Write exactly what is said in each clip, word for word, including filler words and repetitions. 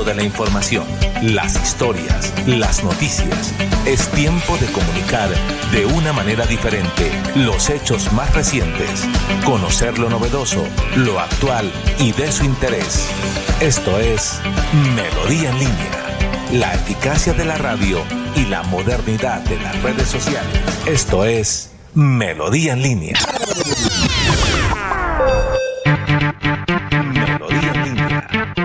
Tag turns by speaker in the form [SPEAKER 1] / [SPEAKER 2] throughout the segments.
[SPEAKER 1] mundo de la información, las historias, las noticias. Es tiempo de comunicar de una manera diferente los hechos más recientes, conocer lo novedoso, lo actual y de su interés. Esto es Melodía en Línea, la eficacia de la radio y la modernidad de las redes sociales. Esto es Melodía en Línea. Melodía en Línea.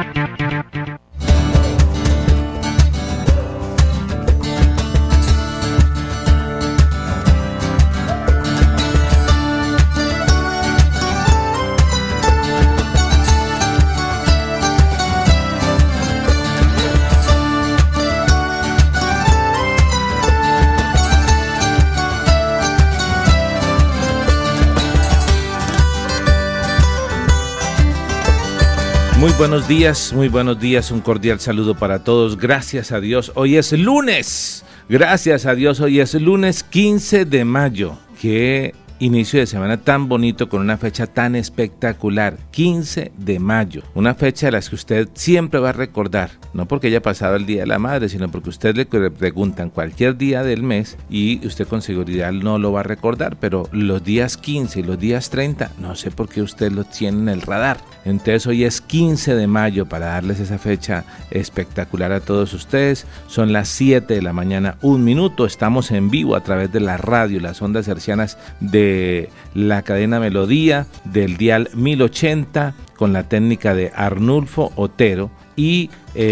[SPEAKER 2] Muy buenos días, muy buenos días, un cordial saludo para todos. Gracias a Dios, hoy es lunes. Gracias a Dios, hoy es lunes quince de mayo. Qué inicio de semana tan bonito con una fecha tan espectacular, quince de mayo. Una fecha de las que usted siempre va a recordar, no porque haya pasado el Día de la Madre, sino porque usted le preguntan cualquier día del mes y usted con seguridad no lo va a recordar, pero los días quince y los días treinta, no sé por qué usted lo tiene en el radar. Entonces hoy es quince de mayo para darles esa fecha espectacular a todos ustedes. Son las siete de la mañana, un minuto. Estamos en vivo a través de la radio, las ondas hercianas de la cadena Melodía, del dial mil ochenta, con la técnica de Arnulfo Otero. Y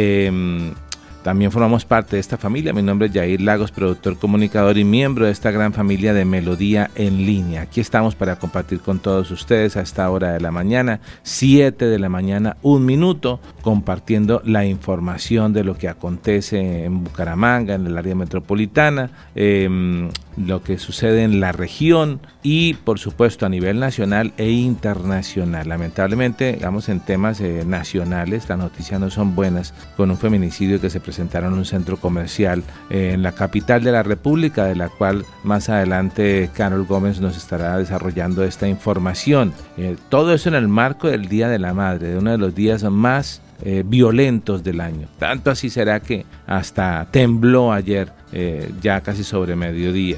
[SPEAKER 2] eh, también formamos parte de esta familia. Mi nombre es Yair Lagos, productor, comunicador y miembro de esta gran familia de Melodía en Línea. Aquí estamos para compartir con todos ustedes a esta hora de la mañana, siete de la mañana, un minuto, compartiendo la información de lo que acontece en Bucaramanga, en el área metropolitana, eh, lo que sucede en la región y por supuesto a nivel nacional e internacional. Lamentablemente, digamos, en temas eh, nacionales las noticias no son buenas, con un feminicidio que se presentaron en un centro comercial eh, en la capital de la República, de la cual más adelante Carol Gómez nos estará desarrollando esta información. Eh, todo eso en el marco del Día de la Madre, de uno de los días más Eh, violentos del año. Tanto así será que hasta tembló ayer, eh, ya casi sobre mediodía.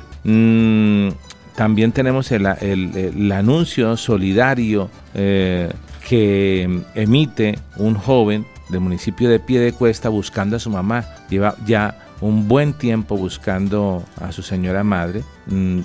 [SPEAKER 2] Mm, también tenemos el, el, el anuncio solidario eh, que emite un joven del municipio de Piedecuesta buscando a su mamá. Lleva ya un buen tiempo buscando a su señora madre mm,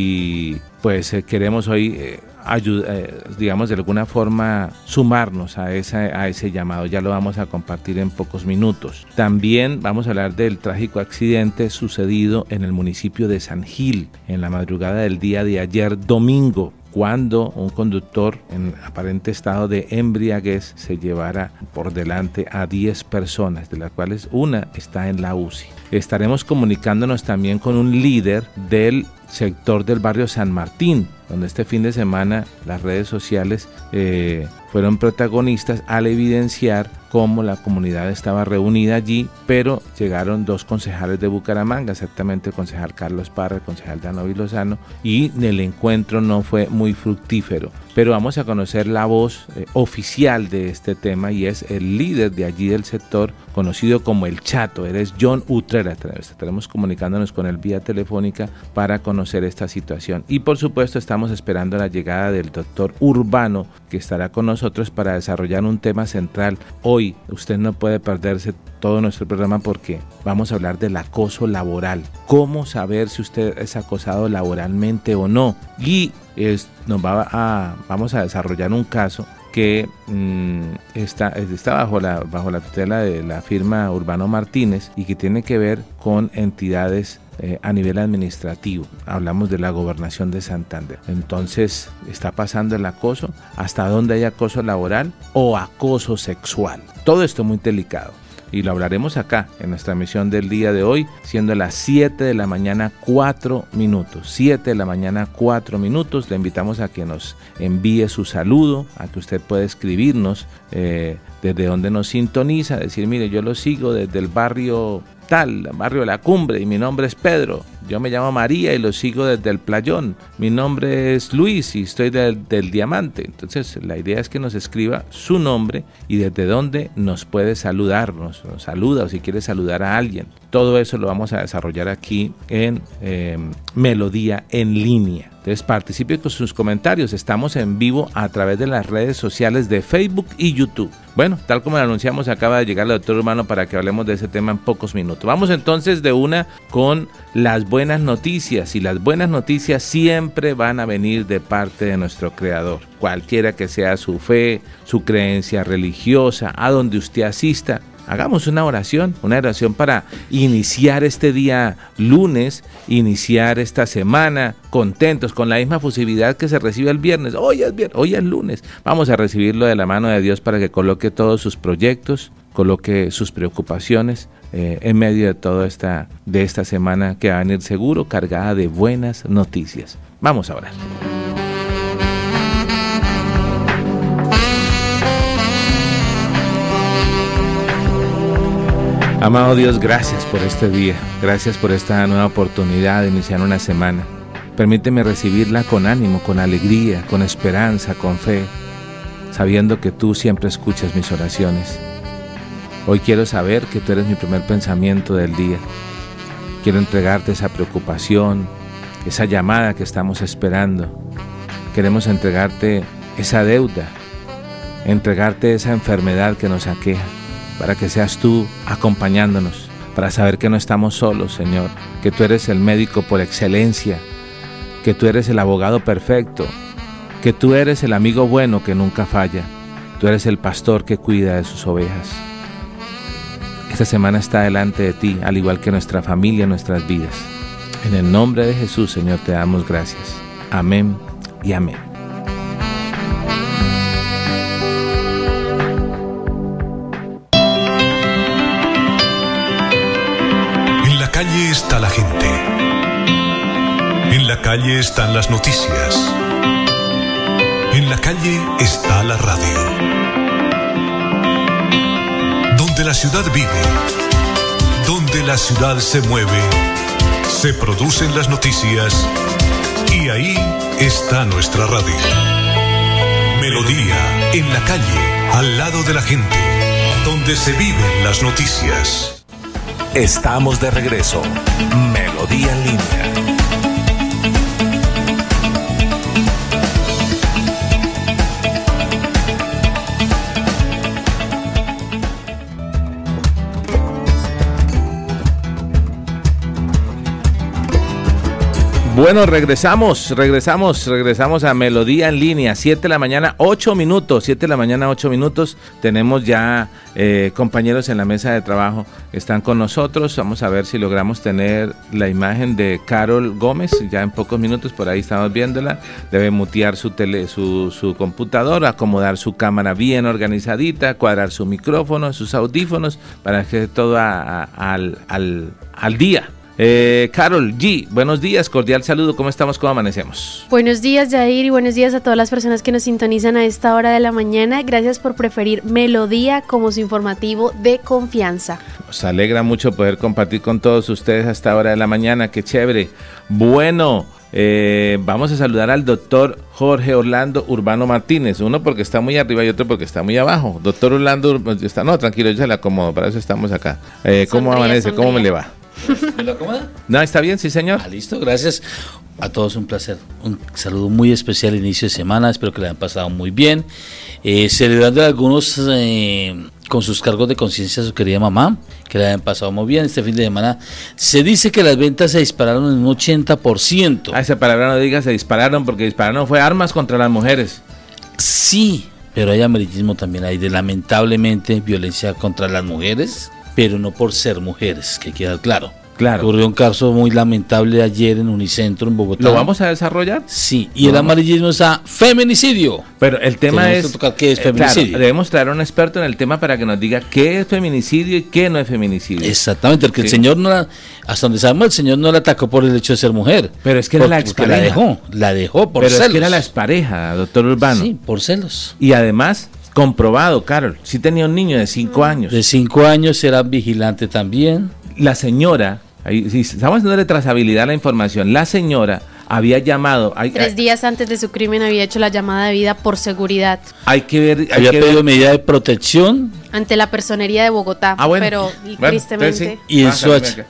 [SPEAKER 2] y pues eh, queremos hoy eh, ayuda, eh, digamos de alguna forma sumarnos a, esa, a ese llamado. Ya lo vamos a compartir en pocos minutos. También vamos a hablar del trágico accidente sucedido en el municipio de San Gil en la madrugada del día de ayer domingo, cuando un conductor en aparente estado de embriaguez se llevara por delante a diez personas, de las cuales una está en la U C I. Estaremos comunicándonos también con un líder del sector del barrio San Martín, donde este fin de semana las redes sociales eh, fueron protagonistas al evidenciar cómo la comunidad estaba reunida allí, pero llegaron dos concejales de Bucaramanga, exactamente el concejal Carlos Parra, el concejal Danovi Lozano, y el encuentro no fue muy fructífero. Pero vamos a conocer la voz eh, oficial de este tema, y es el líder de allí del sector, conocido como El Chato. Eres John Utrera. Estaremos comunicándonos con él vía telefónica para conocer esta situación. Y por supuesto estamos esperando la llegada del doctor Urbano, que estará con nosotros para desarrollar un tema central. Hoy usted no puede perderse todo nuestro programa porque vamos a hablar del acoso laboral. Cómo saber si usted es acosado laboralmente o no. Y es, nos va a, vamos a desarrollar un caso que mmm, está, está bajo, la, bajo la tutela de la firma Urbano Martínez y que tiene que ver con entidades eh, a nivel administrativo. Hablamos de la Gobernación de Santander. Entonces, ¿está pasando el acoso? ¿Hasta dónde hay acoso laboral o acoso sexual? Todo esto muy delicado. Y lo hablaremos acá en nuestra emisión del día de hoy, siendo las siete de la mañana cuatro minutos. siete de la mañana cuatro minutos. Le invitamos a que nos envíe su saludo, a que usted pueda escribirnos eh, desde donde nos sintoniza, decir, mire, yo lo sigo desde el barrio tal, el barrio de La Cumbre, y mi nombre es Pedro. yo me llamo María y lo sigo desde el Playón. Mi nombre es Luis y estoy del, del Diamante. Entonces, la idea es que nos escriba su nombre y desde dónde nos puede saludar, nos, nos saluda o si quiere saludar a alguien. Todo eso lo vamos a desarrollar aquí en eh, Melodía en Línea. Entonces participe con sus comentarios. Estamos en vivo a través de las redes sociales de Facebook y YouTube. Bueno, tal como lo anunciamos, acaba de llegar el doctor Urbano para que hablemos de ese tema en pocos minutos. Vamos entonces de una con las buenas noticias. Y las buenas noticias siempre van a venir de parte de nuestro Creador. Cualquiera que sea su fe, su creencia religiosa, a donde usted asista. Hagamos una oración, una oración para iniciar este día lunes, iniciar esta semana contentos, con la misma fusividad que se recibe el viernes. Hoy es viernes, hoy es lunes. Vamos a recibirlo de la mano de Dios para que coloque todos sus proyectos, coloque sus preocupaciones eh, en medio de toda esta, de esta semana que va a venir seguro, cargada de buenas noticias. Vamos a orar. Amado Dios, gracias por este día, gracias por esta nueva oportunidad de iniciar una semana. Permíteme recibirla con ánimo, con alegría, con esperanza, con fe, sabiendo que tú siempre escuchas mis oraciones. Hoy quiero saber que tú eres mi primer pensamiento del día. Quiero entregarte esa preocupación, esa llamada que estamos esperando. Queremos entregarte esa deuda, entregarte esa enfermedad que nos aqueja, para que seas tú acompañándonos, para saber que no estamos solos, Señor, que tú eres el médico por excelencia, que tú eres el abogado perfecto, que tú eres el amigo bueno que nunca falla, tú eres el pastor que cuida de sus ovejas. Esta semana está delante de ti, al igual que nuestra familia, nuestras vidas. En el nombre de Jesús, Señor, te damos gracias. Amén y amén.
[SPEAKER 3] En la calle está la gente. En la calle están las noticias. En la calle está la radio. Donde la ciudad vive, donde la ciudad se mueve, se producen las noticias y ahí está nuestra radio. Melodía, en la calle, al lado de la gente, donde se viven las noticias.
[SPEAKER 1] Estamos de regreso. Melodía en Línea.
[SPEAKER 2] Bueno, regresamos, regresamos, regresamos a Melodía en Línea, siete de la mañana, ocho minutos, siete de la mañana, ocho minutos. Tenemos ya eh, compañeros en la mesa de trabajo, están con nosotros. Vamos a ver si logramos tener la imagen de Carol Gómez, ya en pocos minutos, por ahí estamos viéndola. Debe mutear su, tele, su, su computadora, acomodar su cámara bien organizadita, cuadrar su micrófono, sus audífonos, para que todo a, a, al, al, al día. Eh, Carol G, buenos días, cordial saludo, ¿cómo estamos? ¿Cómo amanecemos?
[SPEAKER 4] Buenos días, Jair, y buenos días a todas las personas que nos sintonizan a esta hora de la mañana. Gracias por preferir Melodía como su informativo de confianza.
[SPEAKER 2] Nos alegra mucho poder compartir con todos ustedes a esta hora de la mañana, qué chévere. Bueno, eh, vamos a saludar al doctor Jorge Orlando Urbano Martínez, uno porque está muy arriba y otro porque está muy abajo. Doctor Orlando, está, no, tranquilo, yo se la acomodo, para eso estamos acá. Eh, ¿Cómo sonría, amanece? Sonría. ¿Cómo me le va?
[SPEAKER 5] ¿Me lo acomoda?
[SPEAKER 2] No, está bien, sí, señor.
[SPEAKER 5] Ah, listo, gracias. A todos un placer. Un saludo muy especial inicio de semana. Espero que le hayan pasado muy bien. Eh, celebrando a algunos eh, con sus cargos de conciencia a su querida mamá, que le hayan pasado muy bien este fin de semana. Se dice que las ventas se dispararon en un ochenta por ciento.
[SPEAKER 2] Ah, esa palabra no diga se dispararon, porque dispararon fue armas contra las mujeres.
[SPEAKER 5] Sí, pero hay amarillismo también. Hay de lamentablemente violencia contra las mujeres, pero no por ser mujeres, que queda claro.
[SPEAKER 2] Claro.
[SPEAKER 5] Ocurrió un caso muy lamentable ayer en Unicentro, en Bogotá.
[SPEAKER 2] ¿Lo vamos a desarrollar?
[SPEAKER 5] Sí, y no. El amarillismo es a feminicidio.
[SPEAKER 2] Pero el tema
[SPEAKER 5] Tenemos
[SPEAKER 2] es...
[SPEAKER 5] que tocar qué es feminicidio.
[SPEAKER 2] Claro, debemos traer a un experto en el tema para que nos diga qué es feminicidio y qué no es feminicidio.
[SPEAKER 5] Exactamente, porque ¿qué? El señor, no la, hasta donde sabemos, el señor no la atacó por el hecho de ser mujer.
[SPEAKER 2] Pero es que era
[SPEAKER 5] porque,
[SPEAKER 2] la expareja.
[SPEAKER 5] La dejó, la dejó por
[SPEAKER 2] Pero
[SPEAKER 5] celos.
[SPEAKER 2] Pero es que era la expareja, doctor Urbano.
[SPEAKER 5] Sí, por celos.
[SPEAKER 2] Y además... comprobado, Carol, sí tenía un niño de cinco años.
[SPEAKER 5] De cinco años, era vigilante también.
[SPEAKER 2] La señora ahí, sí, estamos haciendo de trazabilidad a la información. La señora había llamado. Hay,
[SPEAKER 4] Tres
[SPEAKER 2] hay,
[SPEAKER 4] días antes de su crimen había hecho la llamada de vida por seguridad.
[SPEAKER 2] Hay que ver. Hay
[SPEAKER 5] había
[SPEAKER 2] que
[SPEAKER 5] pedido
[SPEAKER 2] ver.
[SPEAKER 5] medida de protección.
[SPEAKER 4] Ante la personería de Bogotá.
[SPEAKER 2] Ah, bueno.
[SPEAKER 4] Pero
[SPEAKER 2] Bueno,
[SPEAKER 4] tristemente.
[SPEAKER 2] entonces sí.
[SPEAKER 5] Y en
[SPEAKER 2] Ah,
[SPEAKER 5] Soacha.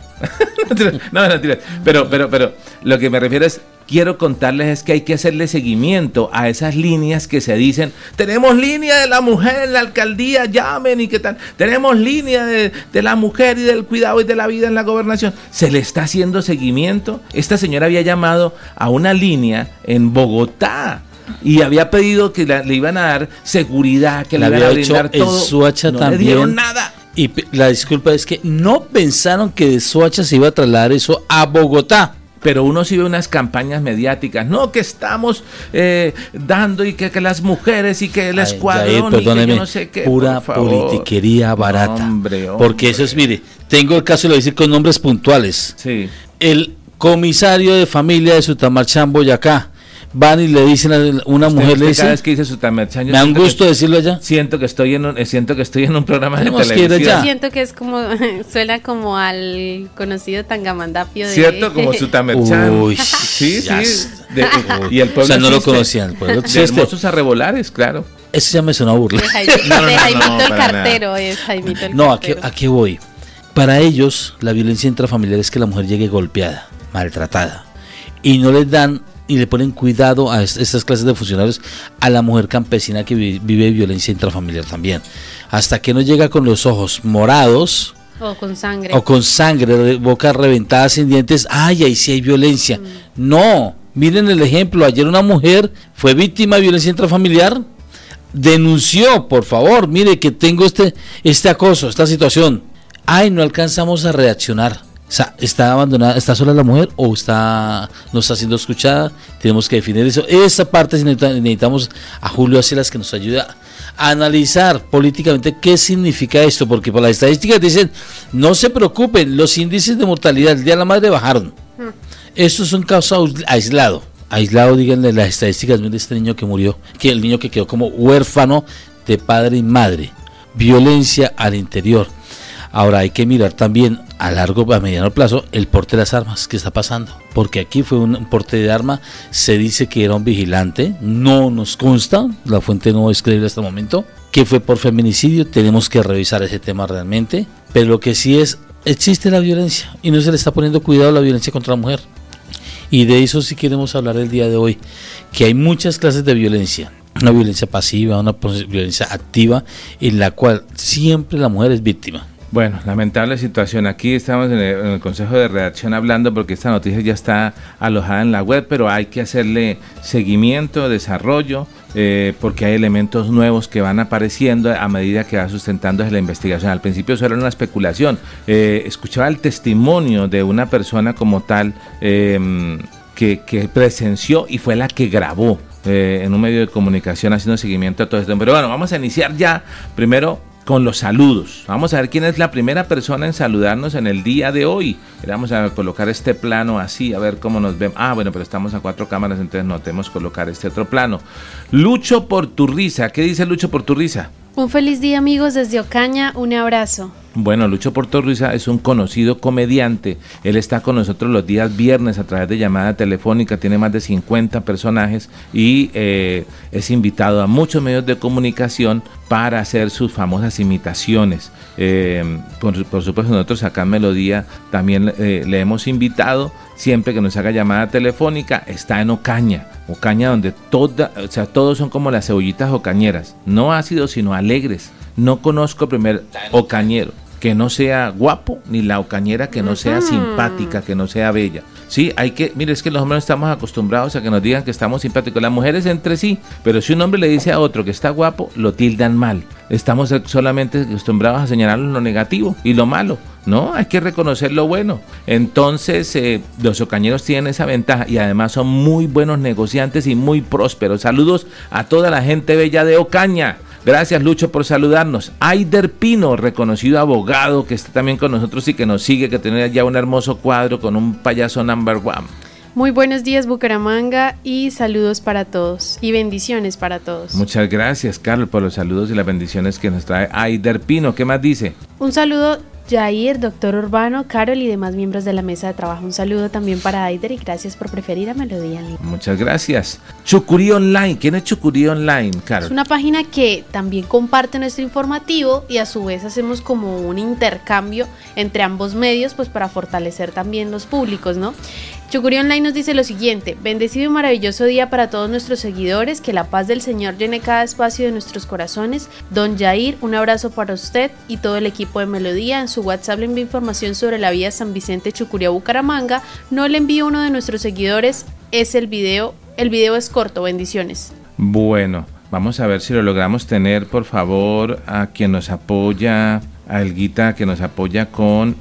[SPEAKER 2] no, no, mentira. Pero, pero, pero, lo que me refiero es, quiero contarles es que hay que hacerle seguimiento a esas líneas que se dicen, tenemos línea de la mujer en la alcaldía, llamen y qué tal, tenemos línea de, de la mujer y del cuidado y de la vida en la gobernación. ¿Se le está haciendo seguimiento? Esta señora había llamado a una línea en Bogotá y había pedido que la, le iban a dar seguridad, que
[SPEAKER 5] La
[SPEAKER 2] le iban a
[SPEAKER 5] había hecho
[SPEAKER 2] brindar
[SPEAKER 5] en
[SPEAKER 2] todo.
[SPEAKER 5] Soacha
[SPEAKER 2] no
[SPEAKER 5] también.
[SPEAKER 2] le dieron nada.
[SPEAKER 5] Y pe- la disculpa es que no pensaron que de Soacha se iba a trasladar eso a Bogotá.
[SPEAKER 2] Pero uno sí ve unas campañas mediáticas, no, que estamos eh, dando y que, que las mujeres y que el
[SPEAKER 5] Ay,
[SPEAKER 2] escuadrón
[SPEAKER 5] Yair,
[SPEAKER 2] y que
[SPEAKER 5] perdóneme,
[SPEAKER 2] yo no sé qué.
[SPEAKER 5] pura
[SPEAKER 2] por favor.
[SPEAKER 5] politiquería barata.
[SPEAKER 2] Hombre, hombre.
[SPEAKER 5] Porque eso es, mire, tengo el caso, lo voy a decir con nombres puntuales.
[SPEAKER 2] Sí.
[SPEAKER 5] El comisario de familia de Sutamarchán, Boyacá, van y le dicen a una
[SPEAKER 2] Usted-
[SPEAKER 5] mujer,
[SPEAKER 2] usted
[SPEAKER 5] le
[SPEAKER 2] cada
[SPEAKER 5] dice,
[SPEAKER 2] vez que dice Sutamerchán, yo
[SPEAKER 5] me da un
[SPEAKER 2] siento que-
[SPEAKER 5] gusto decirlo allá.
[SPEAKER 2] Siento que estoy en un, eh, siento que estoy en un programa de
[SPEAKER 5] Tenemos que ir
[SPEAKER 2] televisión.
[SPEAKER 5] allá.
[SPEAKER 4] Siento que es como, suena como al conocido Tangamandapio de...
[SPEAKER 2] Cierto, como Sutamerchán.
[SPEAKER 5] Uy,
[SPEAKER 2] sí,
[SPEAKER 5] ya
[SPEAKER 2] sí.
[SPEAKER 5] está.
[SPEAKER 2] de- y el
[SPEAKER 5] O
[SPEAKER 2] pueblo
[SPEAKER 5] sea, no lo
[SPEAKER 2] existe.
[SPEAKER 5] conocían. Pues,
[SPEAKER 2] De
[SPEAKER 5] existe.
[SPEAKER 2] hermosos arrebolares, claro.
[SPEAKER 5] Eso ya me suena a burla.
[SPEAKER 4] De, Jaime-
[SPEAKER 2] No, no, no,
[SPEAKER 4] de Jaimito
[SPEAKER 2] no,
[SPEAKER 4] el
[SPEAKER 2] para
[SPEAKER 4] cartero, es Jaimito el
[SPEAKER 5] No, ¿a qué,
[SPEAKER 4] cartero.
[SPEAKER 5] ¿a qué voy? Para ellos, la violencia intrafamiliar es que la mujer llegue golpeada, maltratada, y no les dan y le ponen cuidado a est- estas clases de funcionarios a la mujer campesina que vi- vive violencia intrafamiliar también. Hasta que no llega con los ojos morados
[SPEAKER 4] O con sangre.
[SPEAKER 5] o con sangre, re- boca reventada sin dientes, ay, ahí sí hay violencia. No, miren el ejemplo, ayer una mujer fue víctima de violencia intrafamiliar, denunció, por favor, mire que tengo este, este acoso, esta situación. Ay, no alcanzamos a reaccionar. O sea, ¿está abandonada, está sola la mujer o está, no está siendo escuchada? Tenemos que definir eso. Esa parte sí necesita- necesitamos a Julio Acelas que nos ayude a analizar políticamente qué significa esto, porque por las estadísticas dicen, no se preocupen, los índices de mortalidad el día de la madre bajaron. Esto es un caso aus- aislado. Aislado, díganle las estadísticas de este niño que murió, que el niño que quedó como huérfano de padre y madre. Violencia al interior. Ahora hay que mirar también a largo, a mediano plazo, el porte de las armas que está pasando. Porque aquí fue un porte de arma, se dice que era un vigilante, no nos consta, la fuente no es creíble hasta el momento, que fue por feminicidio, tenemos que revisar ese tema realmente. Pero lo que sí es, existe la violencia y no se le está poniendo cuidado a la violencia contra la mujer. Y de eso sí queremos hablar el día de hoy, que hay muchas clases de violencia. Una violencia pasiva, una violencia activa, en la cual siempre la mujer es víctima.
[SPEAKER 2] Bueno, lamentable situación. Aquí estamos en el, en el Consejo de Redacción hablando porque esta noticia ya está alojada en la web, pero hay que hacerle seguimiento, desarrollo, eh, porque hay elementos nuevos que van apareciendo a medida que va sustentándose la investigación. Al principio eso era una especulación. Eh, escuchaba el testimonio de una persona como tal eh, que, que presenció y fue la que grabó eh, en un medio de comunicación haciendo seguimiento a todo esto. Pero bueno, vamos a iniciar ya primero con los saludos. Vamos a ver quién es la primera persona en saludarnos en el día de hoy. Vamos a colocar este plano así, a ver cómo nos ven. Ah, bueno, pero estamos a cuatro cámaras, entonces no tenemos que colocar este otro plano. Lucho Porturriza. ¿Qué dice Lucho Porturriza?
[SPEAKER 4] Un feliz día, amigos, desde Ocaña, un abrazo.
[SPEAKER 2] Bueno, Lucho Porturriza es un conocido comediante. Él está con nosotros los días viernes a través de llamada telefónica. Tiene más de cincuenta personajes y eh, es invitado a muchos medios de comunicación para hacer sus famosas imitaciones. Eh, por, por supuesto, nosotros acá en Melodía también eh, le hemos invitado. Siempre que nos haga llamada telefónica, está en Ocaña. Ocaña donde toda, o sea, todos son como las cebollitas ocañeras. No ácidos, sino alegres. No conozco el primer ocañero que no sea guapo, ni la ocañera que no sea simpática, que no sea bella. Sí, hay que, mire, es que los hombres estamos acostumbrados a que nos digan que estamos simpáticos, las mujeres entre sí, pero si un hombre le dice a otro que está guapo, lo tildan mal. Estamos solamente acostumbrados a señalar lo negativo y lo malo. No, hay que reconocer lo bueno. Entonces, eh, los ocañeros tienen esa ventaja y además son muy buenos negociantes y muy prósperos. Saludos a toda la gente bella de Ocaña. Gracias, Lucho, por saludarnos. Aider Pino, reconocido abogado que está también con nosotros y que nos sigue, que tiene ya un hermoso cuadro con un payaso number one.
[SPEAKER 4] Muy buenos días, Bucaramanga, y saludos para todos y bendiciones para todos.
[SPEAKER 2] Muchas gracias, Carlos, por los saludos y las bendiciones que nos trae Aider Pino. ¿Qué más dice?
[SPEAKER 4] Un saludo Jair, doctor Urbano, Carol y demás miembros de la mesa de trabajo. Un saludo también para Aider y gracias por preferir a Melodía en Línea.
[SPEAKER 2] Muchas gracias. Chucurí Online. ¿Quién es Chucurí Online, Carol?
[SPEAKER 4] Es una página que también comparte nuestro informativo y a su vez hacemos como un intercambio entre ambos medios, pues para fortalecer también los públicos, ¿no? Chucurí Online nos dice lo siguiente: bendecido y maravilloso día para todos nuestros seguidores, que la paz del Señor llene cada espacio de nuestros corazones. Don Jair, un abrazo para usted y todo el equipo de Melodía. En su WhatsApp le envío información sobre la vía San Vicente Chucurí a Bucaramanga. No le envío uno de nuestros seguidores, es el video, el video es corto, bendiciones.
[SPEAKER 2] Bueno, vamos a ver si lo logramos tener, por favor, a quien nos apoya, a Elguita, que nos apoya con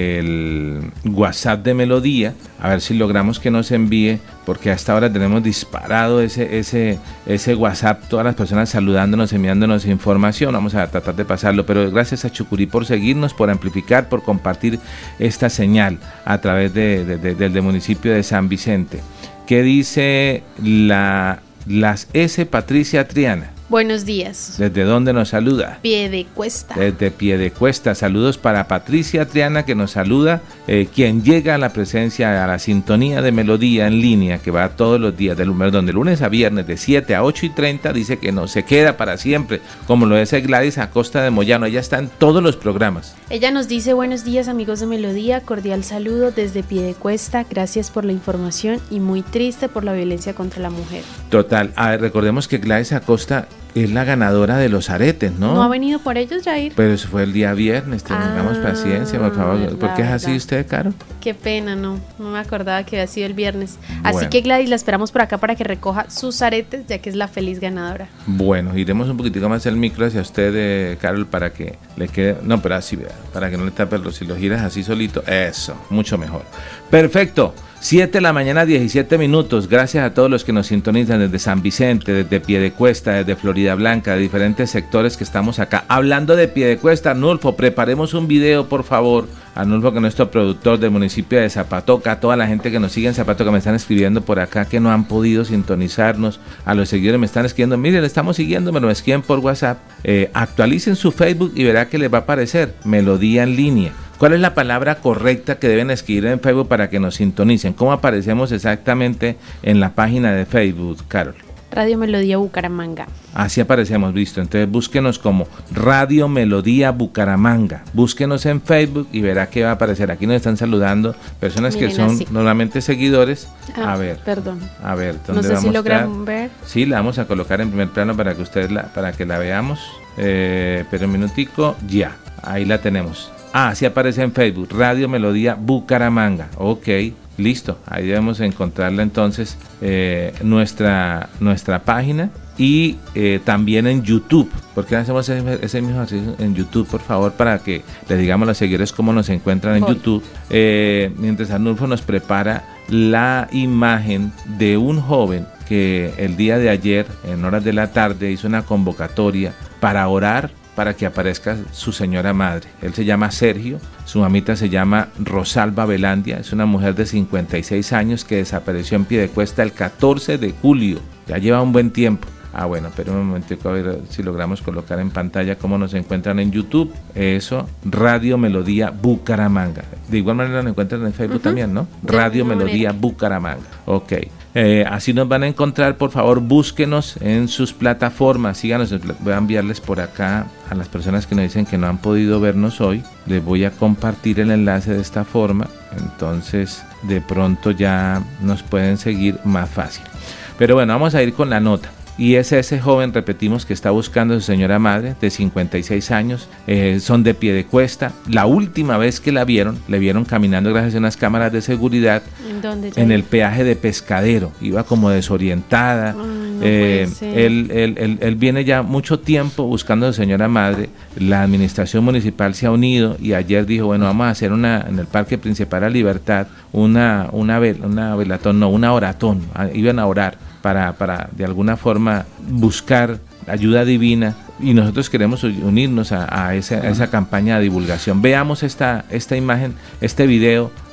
[SPEAKER 2] el WhatsApp de Melodía, a ver si logramos que nos envíe, porque hasta ahora tenemos disparado ese, ese, ese WhatsApp, todas las personas saludándonos, enviándonos información. Vamos a tratar de pasarlo, pero gracias a Chucurí por seguirnos, por amplificar, por compartir esta señal a través de, de, de, del de municipio de San Vicente. ¿Qué dice la, las S. Patricia Triana?
[SPEAKER 4] Buenos días.
[SPEAKER 2] ¿Desde dónde nos saluda?
[SPEAKER 4] Piedecuesta.
[SPEAKER 2] Desde Piedecuesta. Saludos para Patricia Triana, que nos saluda, eh, quien llega a la presencia, a la sintonía de Melodía en Línea, que va todos los días, de lunes, de lunes a viernes, de siete a ocho y treinta, dice que no se queda para siempre, como lo es Gladys Acosta de Moyano. Ella está en todos los programas.
[SPEAKER 4] Ella nos dice: buenos días, amigos de Melodía, cordial saludo desde Piedecuesta, gracias por la información y muy triste por la violencia contra la mujer.
[SPEAKER 2] Total. A ver, recordemos que Gladys Acosta es la ganadora de los aretes, ¿no?
[SPEAKER 4] ¿No ha venido por ellos, Jair?
[SPEAKER 2] Pero eso fue el día viernes, tengamos
[SPEAKER 4] ah,
[SPEAKER 2] paciencia, por favor.
[SPEAKER 4] verdad,
[SPEAKER 2] ¿Por qué es así
[SPEAKER 4] verdad.
[SPEAKER 2] usted, Caro?
[SPEAKER 4] Qué pena, no, no me acordaba que había sido el viernes.
[SPEAKER 2] Bueno.
[SPEAKER 4] Así que Gladys, la esperamos por acá para que recoja sus aretes, ya que es la feliz ganadora.
[SPEAKER 2] Bueno, iremos un poquitico más el micro hacia usted, eh, Carol, para que le quede, no, pero así, vea, para que no le tape, si lo giras así solito, eso, mucho mejor. Perfecto. siete de la mañana, diecisiete minutos. Gracias a todos los que nos sintonizan desde San Vicente, desde Piedecuesta, desde Florida Blanca, de diferentes sectores que estamos acá. Hablando de Piedecuesta, Arnulfo, preparemos un video, por favor. Arnulfo, que es nuestro productor del municipio de Zapatoca, toda la gente que nos sigue en Zapatoca, me están escribiendo por acá que no han podido sintonizarnos. A los seguidores me están escribiendo: miren, estamos siguiendo, me lo escriben por WhatsApp. Eh, actualicen su Facebook y verá que les va a aparecer Melodía en Línea. ¿Cuál es la palabra correcta que deben escribir en Facebook para que nos sintonicen? ¿Cómo aparecemos exactamente en la página de Facebook, Carol?
[SPEAKER 4] Radio Melodía Bucaramanga.
[SPEAKER 2] Así aparecemos, listo. Entonces búsquenos como Radio Melodía Bucaramanga. Búsquenos en Facebook y verá que va a aparecer. Aquí nos están saludando personas Miren que son así. normalmente seguidores.
[SPEAKER 4] Ah,
[SPEAKER 2] a ver,
[SPEAKER 4] perdón.
[SPEAKER 2] A ver,
[SPEAKER 4] No
[SPEAKER 2] ¿dónde
[SPEAKER 4] sé
[SPEAKER 2] va a
[SPEAKER 4] si
[SPEAKER 2] mostrar?
[SPEAKER 4] logran ver.
[SPEAKER 2] Sí, la vamos a colocar en primer plano para que ustedes la, para que la veamos. Eh, pero un minutico, ya. Ahí la tenemos. Ah, sí aparece en Facebook, Radio Melodía Bucaramanga. Ok, listo. Ahí debemos encontrarla entonces, eh, nuestra, nuestra página. Y eh, también en YouTube. ¿Por qué no hacemos ese, ese mismo ejercicio en YouTube, por favor? Para que le digamos a los seguidores cómo nos encuentran en Voy. YouTube. Eh, mientras Arnulfo nos prepara la imagen de un joven que el día de ayer, en horas de la tarde, hizo una convocatoria para orar para que aparezca su señora madre. Él se llama Sergio, su mamita se llama Rosalba Velandia, es una mujer de cincuenta y seis años que desapareció en Piedecuesta el catorce de julio, ya lleva un buen tiempo. Ah, bueno, pero un momentico a ver si logramos colocar en pantalla cómo nos encuentran en YouTube. Eso, Radio Melodía Bucaramanga. De igual manera nos encuentran en Facebook uh-huh. también, ¿no? Radio Melodía Bucaramanga. Ok. Eh, así nos van a encontrar, por favor, búsquenos en sus plataformas, síganos, voy a enviarles por acá a las personas que nos dicen que no han podido vernos hoy, les voy a compartir el enlace de esta forma, entonces de pronto ya nos pueden seguir más fácil. Pero bueno, vamos a ir con la nota. Y es ese joven, repetimos, que está buscando a su señora madre de cincuenta y seis años, eh, son de Piedecuesta. La última vez que la vieron, le vieron caminando gracias a unas cámaras de seguridad.
[SPEAKER 4] ¿En dónde?
[SPEAKER 2] En el peaje de Pescadero, iba como desorientada.
[SPEAKER 4] Ay, no
[SPEAKER 2] eh,
[SPEAKER 4] puede ser.
[SPEAKER 2] él, él, él, él viene ya mucho tiempo buscando a su señora madre. La administración municipal se ha unido y ayer dijo, bueno, vamos a hacer una en el Parque Principal a Libertad, una, una, vel, una velatón, no, una oratón, iban a orar. Para, para de alguna forma buscar ayuda divina y nosotros queremos unirnos a, a, esa, a esa campaña de divulgación. Veamos esta, esta imagen, este video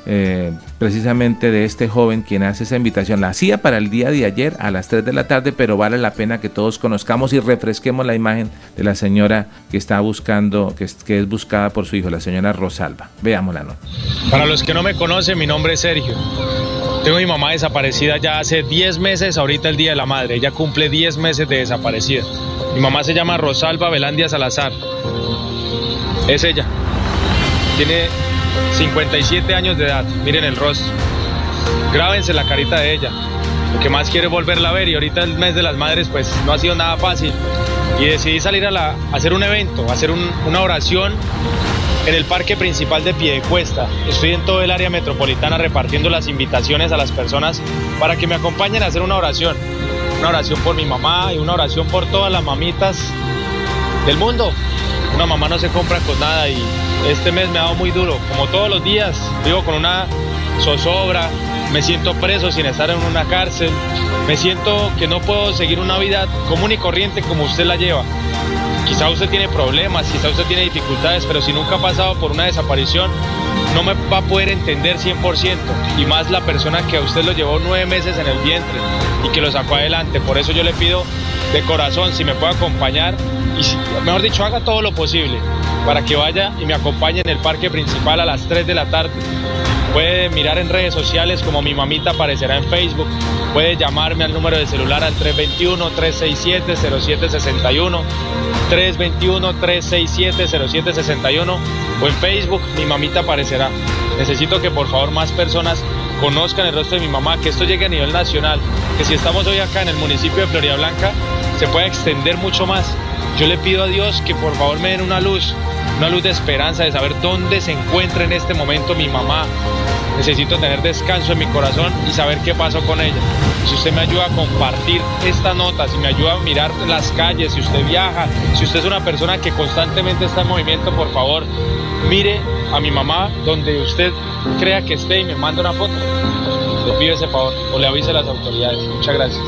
[SPEAKER 2] eh, precisamente de este joven quien hace esa invitación. La hacía para el día de ayer a las tres de la tarde, pero vale la pena que todos conozcamos y refresquemos la imagen de la señora que está buscando, que es, que es buscada por su hijo, la señora Rosalba. Veámosla, ¿no?
[SPEAKER 6] Para los que no me conocen, mi nombre es Sergio. Tengo a mi mamá desaparecida ya hace diez meses, ahorita el Día de la Madre. Ella cumple diez meses de desaparecida. Mi mamá se llama Rosalba Velandia Salazar. Es ella. Tiene cincuenta y siete años de edad. Miren el rostro. Grábense la carita de ella. Lo que más quiero es volverla a ver, y ahorita el mes de las madres pues no ha sido nada fácil. Y decidí salir a, la, a hacer un evento, a hacer un, una oración en el parque principal de Piedecuesta. Estoy en todo el área metropolitana repartiendo las invitaciones a las personas para que me acompañen a hacer una oración. Una oración por mi mamá y una oración por todas las mamitas del mundo. Una mamá no se compra con nada, y este mes me ha dado muy duro. Como todos los días, vivo con una zozobra, me siento preso sin estar en una cárcel, me siento que no puedo seguir una vida común y corriente como usted la lleva. Quizá usted tiene problemas, quizá usted tiene dificultades, pero si nunca ha pasado por una desaparición, no me va a poder entender cien por ciento, y más la persona que a usted lo llevó nueve meses en el vientre y que lo sacó adelante. Por eso yo le pido de corazón si me puede acompañar, y si, mejor dicho, haga todo lo posible para que vaya y me acompañe en el parque principal a las tres de la tarde. Puede mirar en redes sociales como Mi Mamita aparecerá en Facebook. Puede llamarme al número de celular al tres dos uno, tres seis siete, cero siete seis uno, tres dos uno, tres seis siete, cero siete seis uno, o en Facebook Mi Mamita aparecerá. Necesito que por favor más personas conozcan el rostro de mi mamá, que esto llegue a nivel nacional, que si estamos hoy acá en el municipio de Floridablanca se pueda extender mucho más. Yo le pido a Dios que por favor me den una luz, una luz de esperanza, de saber dónde se encuentra en este momento mi mamá. Necesito tener descanso en mi corazón y saber qué pasó con ella. Si usted me ayuda a compartir esta nota, si me ayuda a mirar las calles, si usted viaja, si usted es una persona que constantemente está en movimiento, por favor, mire a mi mamá donde usted crea que esté y me manda una foto. Le pido ese favor, o le avise a las autoridades. Muchas gracias.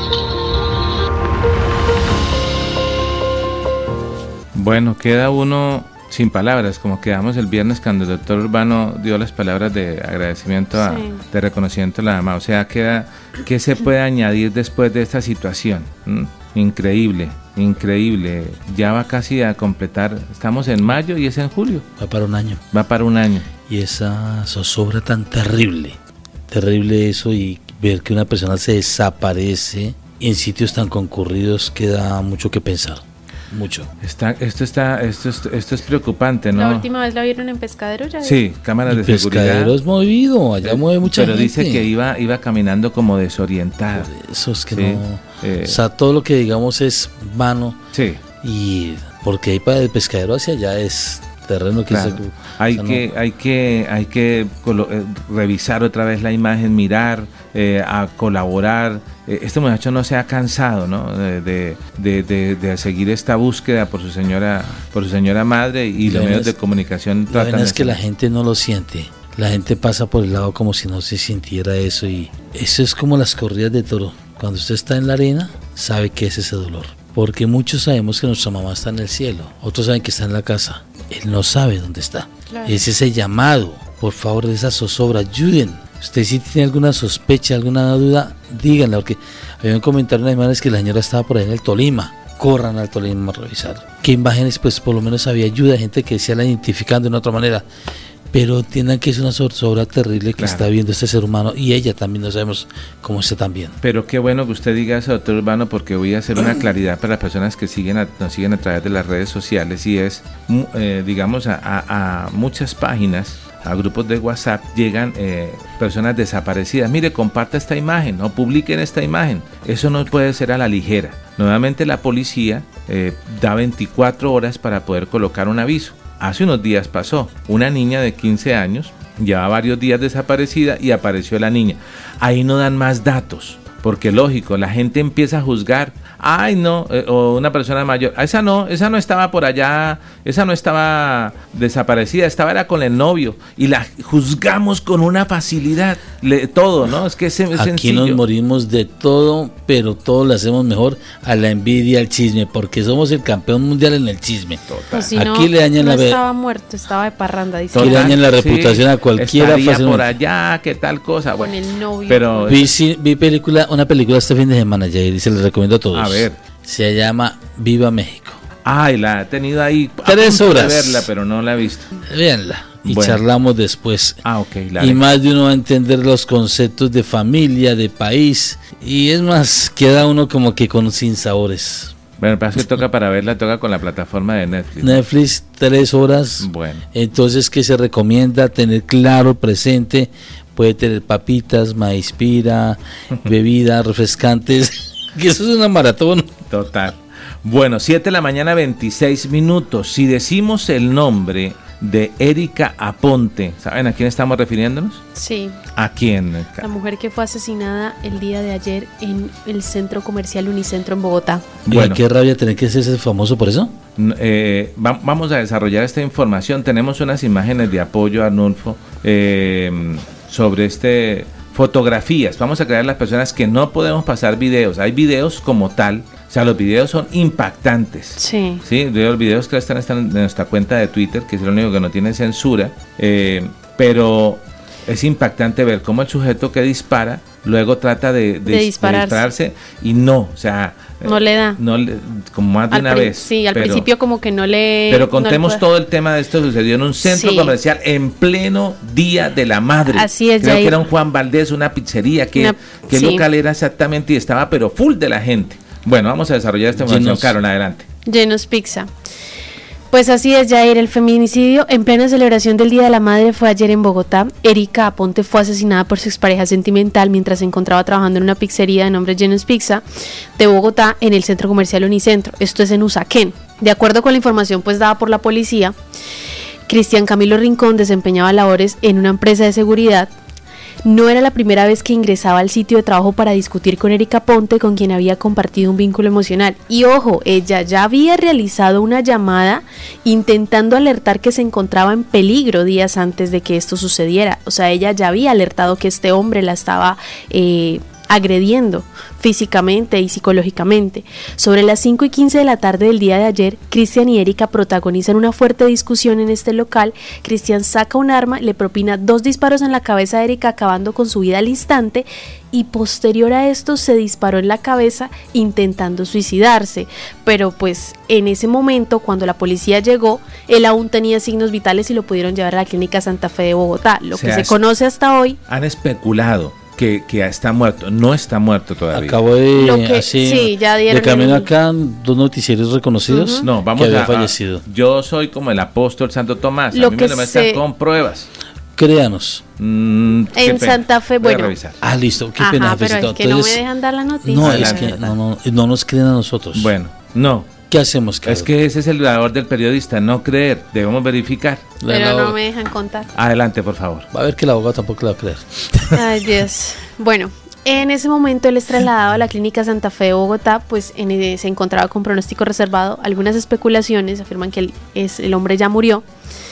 [SPEAKER 2] Bueno, queda uno sin palabras, como quedamos el viernes cuando el doctor Urbano dio las palabras de agradecimiento, a, sí. de reconocimiento a la mamá. O sea, queda, ¿qué se puede añadir después de esta situación? ¿Mm? Increíble, increíble. Ya va casi a completar, estamos en mayo y es en julio.
[SPEAKER 5] Va para un año.
[SPEAKER 2] Va para un año.
[SPEAKER 5] Y esa zozobra tan terrible, terrible eso, y ver que una persona se desaparece en sitios tan concurridos, queda mucho que pensar. Mucho.
[SPEAKER 2] Está, esto está, esto es, esto es preocupante, ¿no?
[SPEAKER 4] La última vez la vieron en Pescadero ya.
[SPEAKER 2] Sí, cámaras de seguridad.
[SPEAKER 5] Pescadero es movido, allá mueve mucha
[SPEAKER 2] pero
[SPEAKER 5] gente.
[SPEAKER 2] Pero dice que iba, iba caminando como desorientada.
[SPEAKER 5] Por eso es que
[SPEAKER 2] sí,
[SPEAKER 5] no.
[SPEAKER 2] Eh,
[SPEAKER 5] o sea, todo lo que digamos es vano.
[SPEAKER 2] Sí.
[SPEAKER 5] Y porque ahí para el Pescadero hacia allá es terreno que
[SPEAKER 2] claro.
[SPEAKER 5] se,
[SPEAKER 2] hay,
[SPEAKER 5] o sea,
[SPEAKER 2] que,
[SPEAKER 5] no.
[SPEAKER 2] hay que hay que colo- eh, revisar otra vez la imagen, mirar, eh, a colaborar. Eh, este muchacho no se ha cansado, ¿no? de, de, de, de, de seguir esta búsqueda por su señora por su señora madre, y los medios de comunicación
[SPEAKER 5] la
[SPEAKER 2] tratan
[SPEAKER 5] verdad es
[SPEAKER 2] de
[SPEAKER 5] que la gente no lo siente. La gente pasa por el lado como si no se sintiera eso, y eso es como las corridas de toro. Cuando usted está en la arena, sabe que es ese dolor. Porque muchos sabemos que nuestra mamá está en el cielo, otros saben que está en la casa. Él no sabe dónde está. Claro. Es ese llamado, por favor, de esa zozobra, ayuden. Usted si tiene alguna sospecha, alguna duda, díganla, porque había un comentario en las que la señora estaba por ahí en el Tolima. Corran al Tolima a revisar. Que imágenes, pues por lo menos había ayuda, gente que se la identificando de otra manera. Pero entiendan que es una zozobra terrible que claro. está viendo este ser humano, y ella también, no sabemos cómo está también.
[SPEAKER 2] Pero qué bueno que usted diga eso, doctor Urbano, porque voy a hacer una claridad para las personas que siguen a, nos siguen a través de las redes sociales, y es, eh, digamos, a, a, a muchas páginas, a grupos de WhatsApp, llegan eh, personas desaparecidas. Mire, comparta esta imagen o publiquen esta imagen. Eso no puede ser a la ligera. Nuevamente la policía eh, da veinticuatro horas para poder colocar un aviso. Hace unos días pasó, una niña de quince años, lleva varios días desaparecida y apareció la niña. Ahí no dan más datos, porque lógico, la gente empieza a juzgar ay no, eh, o una persona mayor, esa no, esa no estaba por allá, esa no estaba desaparecida, estaba era con el novio, y la juzgamos con una facilidad, le, todo, ¿no? Es que es, es
[SPEAKER 5] Aquí
[SPEAKER 2] sencillo.
[SPEAKER 5] nos morimos de todo, pero todo lo hacemos mejor a la envidia, al chisme, porque somos el campeón mundial en el chisme.
[SPEAKER 4] Pues si
[SPEAKER 5] Aquí
[SPEAKER 4] no,
[SPEAKER 5] le dañan
[SPEAKER 4] no
[SPEAKER 5] la
[SPEAKER 4] estaba muerto, estaba de parranda, dice.
[SPEAKER 5] Total. Le dañan la reputación
[SPEAKER 2] sí,
[SPEAKER 5] a cualquiera
[SPEAKER 2] estaría
[SPEAKER 5] fácilmente.
[SPEAKER 2] por allá, qué tal cosa,
[SPEAKER 4] Con
[SPEAKER 2] bueno,
[SPEAKER 4] el novio.
[SPEAKER 2] pero
[SPEAKER 5] Vi, sí, vi película, una película este fin de semana, Jair, y se les recomiendo a todos.
[SPEAKER 2] a ver,
[SPEAKER 5] Se llama Viva México.
[SPEAKER 2] ay, la he tenido ahí a
[SPEAKER 5] Tres
[SPEAKER 2] punto de
[SPEAKER 5] horas.
[SPEAKER 2] verla, pero no la he visto.
[SPEAKER 5] Véanla y
[SPEAKER 2] Bueno.
[SPEAKER 5] charlamos después.
[SPEAKER 2] Ah, ok, la
[SPEAKER 5] Y
[SPEAKER 2] haré.
[SPEAKER 5] más de uno va a entender los conceptos de familia, de país. Y es más, queda uno como que con sinsabores.
[SPEAKER 2] Bueno, pero es que toca para verla, toca con la plataforma de Netflix.
[SPEAKER 5] Netflix, tres horas.
[SPEAKER 2] Bueno.
[SPEAKER 5] Entonces, ¿qué se recomienda? Tener claro, presente. Puede tener papitas, maíz pira, bebidas, refrescantes. Que eso es una maratón.
[SPEAKER 2] Total. Bueno, siete de la mañana, veintiséis minutos. Si decimos el nombre de Erika Aponte, ¿saben a quién estamos refiriéndonos?
[SPEAKER 4] Sí,
[SPEAKER 2] ¿A quién?
[SPEAKER 4] la mujer que fue asesinada el día de ayer en el centro comercial Unicentro en Bogotá.
[SPEAKER 5] Bueno,
[SPEAKER 2] Bueno.
[SPEAKER 5] qué rabia tener que ser famoso por eso.
[SPEAKER 2] Eh, va- vamos a desarrollar esta información. Tenemos unas imágenes de apoyo, Arnulfo, eh, sobre este fotografías. Vamos a crear las personas que no podemos pasar videos. Hay videos como tal. O sea, los videos son impactantes.
[SPEAKER 4] Sí.
[SPEAKER 2] Sí, los videos que están, están en nuestra cuenta de Twitter, que es lo único que no tiene censura, eh, pero es impactante ver cómo el sujeto que dispara luego trata de, de,
[SPEAKER 4] De dispararse.
[SPEAKER 2] de dispararse y no, o sea,
[SPEAKER 4] No
[SPEAKER 2] eh,
[SPEAKER 4] le da.
[SPEAKER 2] no le- como más de
[SPEAKER 4] Al
[SPEAKER 2] una
[SPEAKER 4] pri-
[SPEAKER 2] vez.
[SPEAKER 4] Sí, al
[SPEAKER 2] pero-
[SPEAKER 4] principio como que no le...
[SPEAKER 2] Pero
[SPEAKER 4] no
[SPEAKER 2] contemos
[SPEAKER 4] le puede-
[SPEAKER 2] todo el tema de esto. Sucedió en un centro
[SPEAKER 4] Sí.
[SPEAKER 2] comercial en pleno Día de la Madre.
[SPEAKER 4] Así es,
[SPEAKER 2] Creo
[SPEAKER 4] Jair.
[SPEAKER 2] que era un Juan Valdés, una pizzería. ¿Qué,
[SPEAKER 4] Una-
[SPEAKER 2] qué
[SPEAKER 4] sí.
[SPEAKER 2] local era exactamente? Y estaba pero full de la gente. Bueno, vamos a desarrollar esta información,
[SPEAKER 5] Llenos.
[SPEAKER 2] Carol, adelante.
[SPEAKER 4] Llenos Pizza. Pues así es, Jair, el feminicidio en plena celebración del Día de la Madre fue ayer en Bogotá. Erika Aponte fue asesinada por su expareja sentimental mientras se encontraba trabajando en una pizzería de nombre Llenos Pizza de Bogotá en el centro comercial Unicentro. Esto es en Usaquén. De acuerdo con la información pues dada por la policía, Cristian Camilo Rincón desempeñaba labores en una empresa de seguridad. No era la primera vez que ingresaba al sitio de trabajo para discutir con Erika Aponte, con quien había compartido un vínculo emocional. Y ojo, ella ya había realizado una llamada intentando alertar que se encontraba en peligro días antes de que esto sucediera. O sea, ella ya había alertado que este hombre la estaba eh, agrediendo físicamente y psicológicamente. Sobre las cinco y quince de la tarde del día de ayer, Cristian y Erika protagonizan una fuerte discusión en este local. Cristian saca un arma, le propina dos disparos en la cabeza a Erika, acabando con su vida al instante, y posterior a esto se disparó en la cabeza intentando suicidarse. Pero pues en ese momento, cuando la policía llegó, él aún tenía signos vitales y lo pudieron llevar a la clínica Santa Fe de Bogotá. Lo
[SPEAKER 2] O sea,
[SPEAKER 4] que se
[SPEAKER 2] es-
[SPEAKER 4] conoce hasta hoy.
[SPEAKER 2] Han especulado que, que está muerto. No está muerto todavía.
[SPEAKER 5] Acabo de
[SPEAKER 4] Lo que-
[SPEAKER 5] así,
[SPEAKER 4] sí, ya dieron
[SPEAKER 5] de camino
[SPEAKER 4] el-
[SPEAKER 5] acá dos noticieros reconocidos
[SPEAKER 2] No, vamos
[SPEAKER 5] que había
[SPEAKER 2] a, a-
[SPEAKER 5] fallecido.
[SPEAKER 2] Yo soy como el apóstol Santo Tomás.
[SPEAKER 4] Lo
[SPEAKER 2] a mí me
[SPEAKER 4] que
[SPEAKER 2] lo muestran
[SPEAKER 4] se-
[SPEAKER 2] con pruebas.
[SPEAKER 5] Créanos.
[SPEAKER 2] Mm, qué
[SPEAKER 4] En
[SPEAKER 2] pena.
[SPEAKER 4] Santa Fe,
[SPEAKER 2] Voy a
[SPEAKER 4] bueno.
[SPEAKER 2] revisar.
[SPEAKER 5] Ah, listo, qué
[SPEAKER 4] Ajá,
[SPEAKER 5] pena,
[SPEAKER 4] pero
[SPEAKER 5] jefecito.
[SPEAKER 4] es que no me
[SPEAKER 5] Entonces,
[SPEAKER 4] dejan dar la noticia.
[SPEAKER 5] no, es
[SPEAKER 2] Adelante.
[SPEAKER 5] que no, no, no nos creen a nosotros.
[SPEAKER 2] Bueno, no.
[SPEAKER 5] ¿Qué hacemos, Carol?
[SPEAKER 2] Es que ese es el labor del periodista, no creer. Debemos verificar.
[SPEAKER 5] La-
[SPEAKER 4] Pero
[SPEAKER 5] la-
[SPEAKER 4] no me dejan contar.
[SPEAKER 2] Adelante, por favor.
[SPEAKER 5] Va a ver que el abogado tampoco le va a creer.
[SPEAKER 4] Ay, Dios. Bueno, en ese momento él es trasladado a la clínica Santa Fe de Bogotá, pues en, eh, se encontraba con pronóstico reservado. Algunas especulaciones afirman que el, es, el hombre ya murió.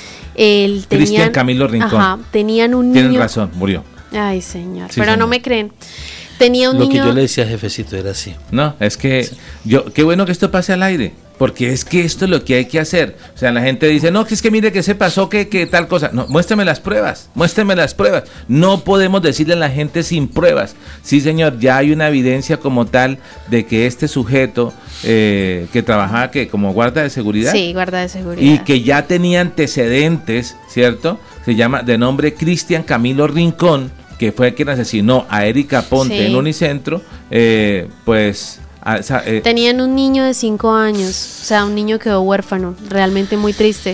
[SPEAKER 4] Él
[SPEAKER 2] Cristian
[SPEAKER 4] tenían,
[SPEAKER 2] Camilo Rincón.
[SPEAKER 4] Ajá, tenían un
[SPEAKER 2] Tienen
[SPEAKER 4] niño.
[SPEAKER 2] razón, murió.
[SPEAKER 4] Ay, señor.
[SPEAKER 2] Sí,
[SPEAKER 4] pero
[SPEAKER 2] señor.
[SPEAKER 4] no me creen. Tenía un
[SPEAKER 5] Lo que
[SPEAKER 4] niño.
[SPEAKER 5] yo le decía, jefecito, era así.
[SPEAKER 2] No, es que yo, qué bueno que esto pase al aire, porque es que esto es lo que hay que hacer. O sea, la gente dice, no, que es que mire que se pasó, que, que tal cosa. No, muéstrame las pruebas, muéstrame las pruebas. No podemos decirle a la gente sin pruebas. Sí, señor, ya hay una evidencia como tal de que este sujeto eh, que trabajaba que como guarda de seguridad
[SPEAKER 4] Sí, guarda de seguridad.
[SPEAKER 2] y que ya tenía antecedentes, ¿cierto? Se llama de nombre Cristian Camilo Rincón, que fue quien asesinó a Erika Aponte
[SPEAKER 4] Sí.
[SPEAKER 2] en Unicentro, eh, pues... a- sa- eh,
[SPEAKER 4] Tenían un niño de cinco años. O sea, un niño quedó huérfano. Realmente muy triste.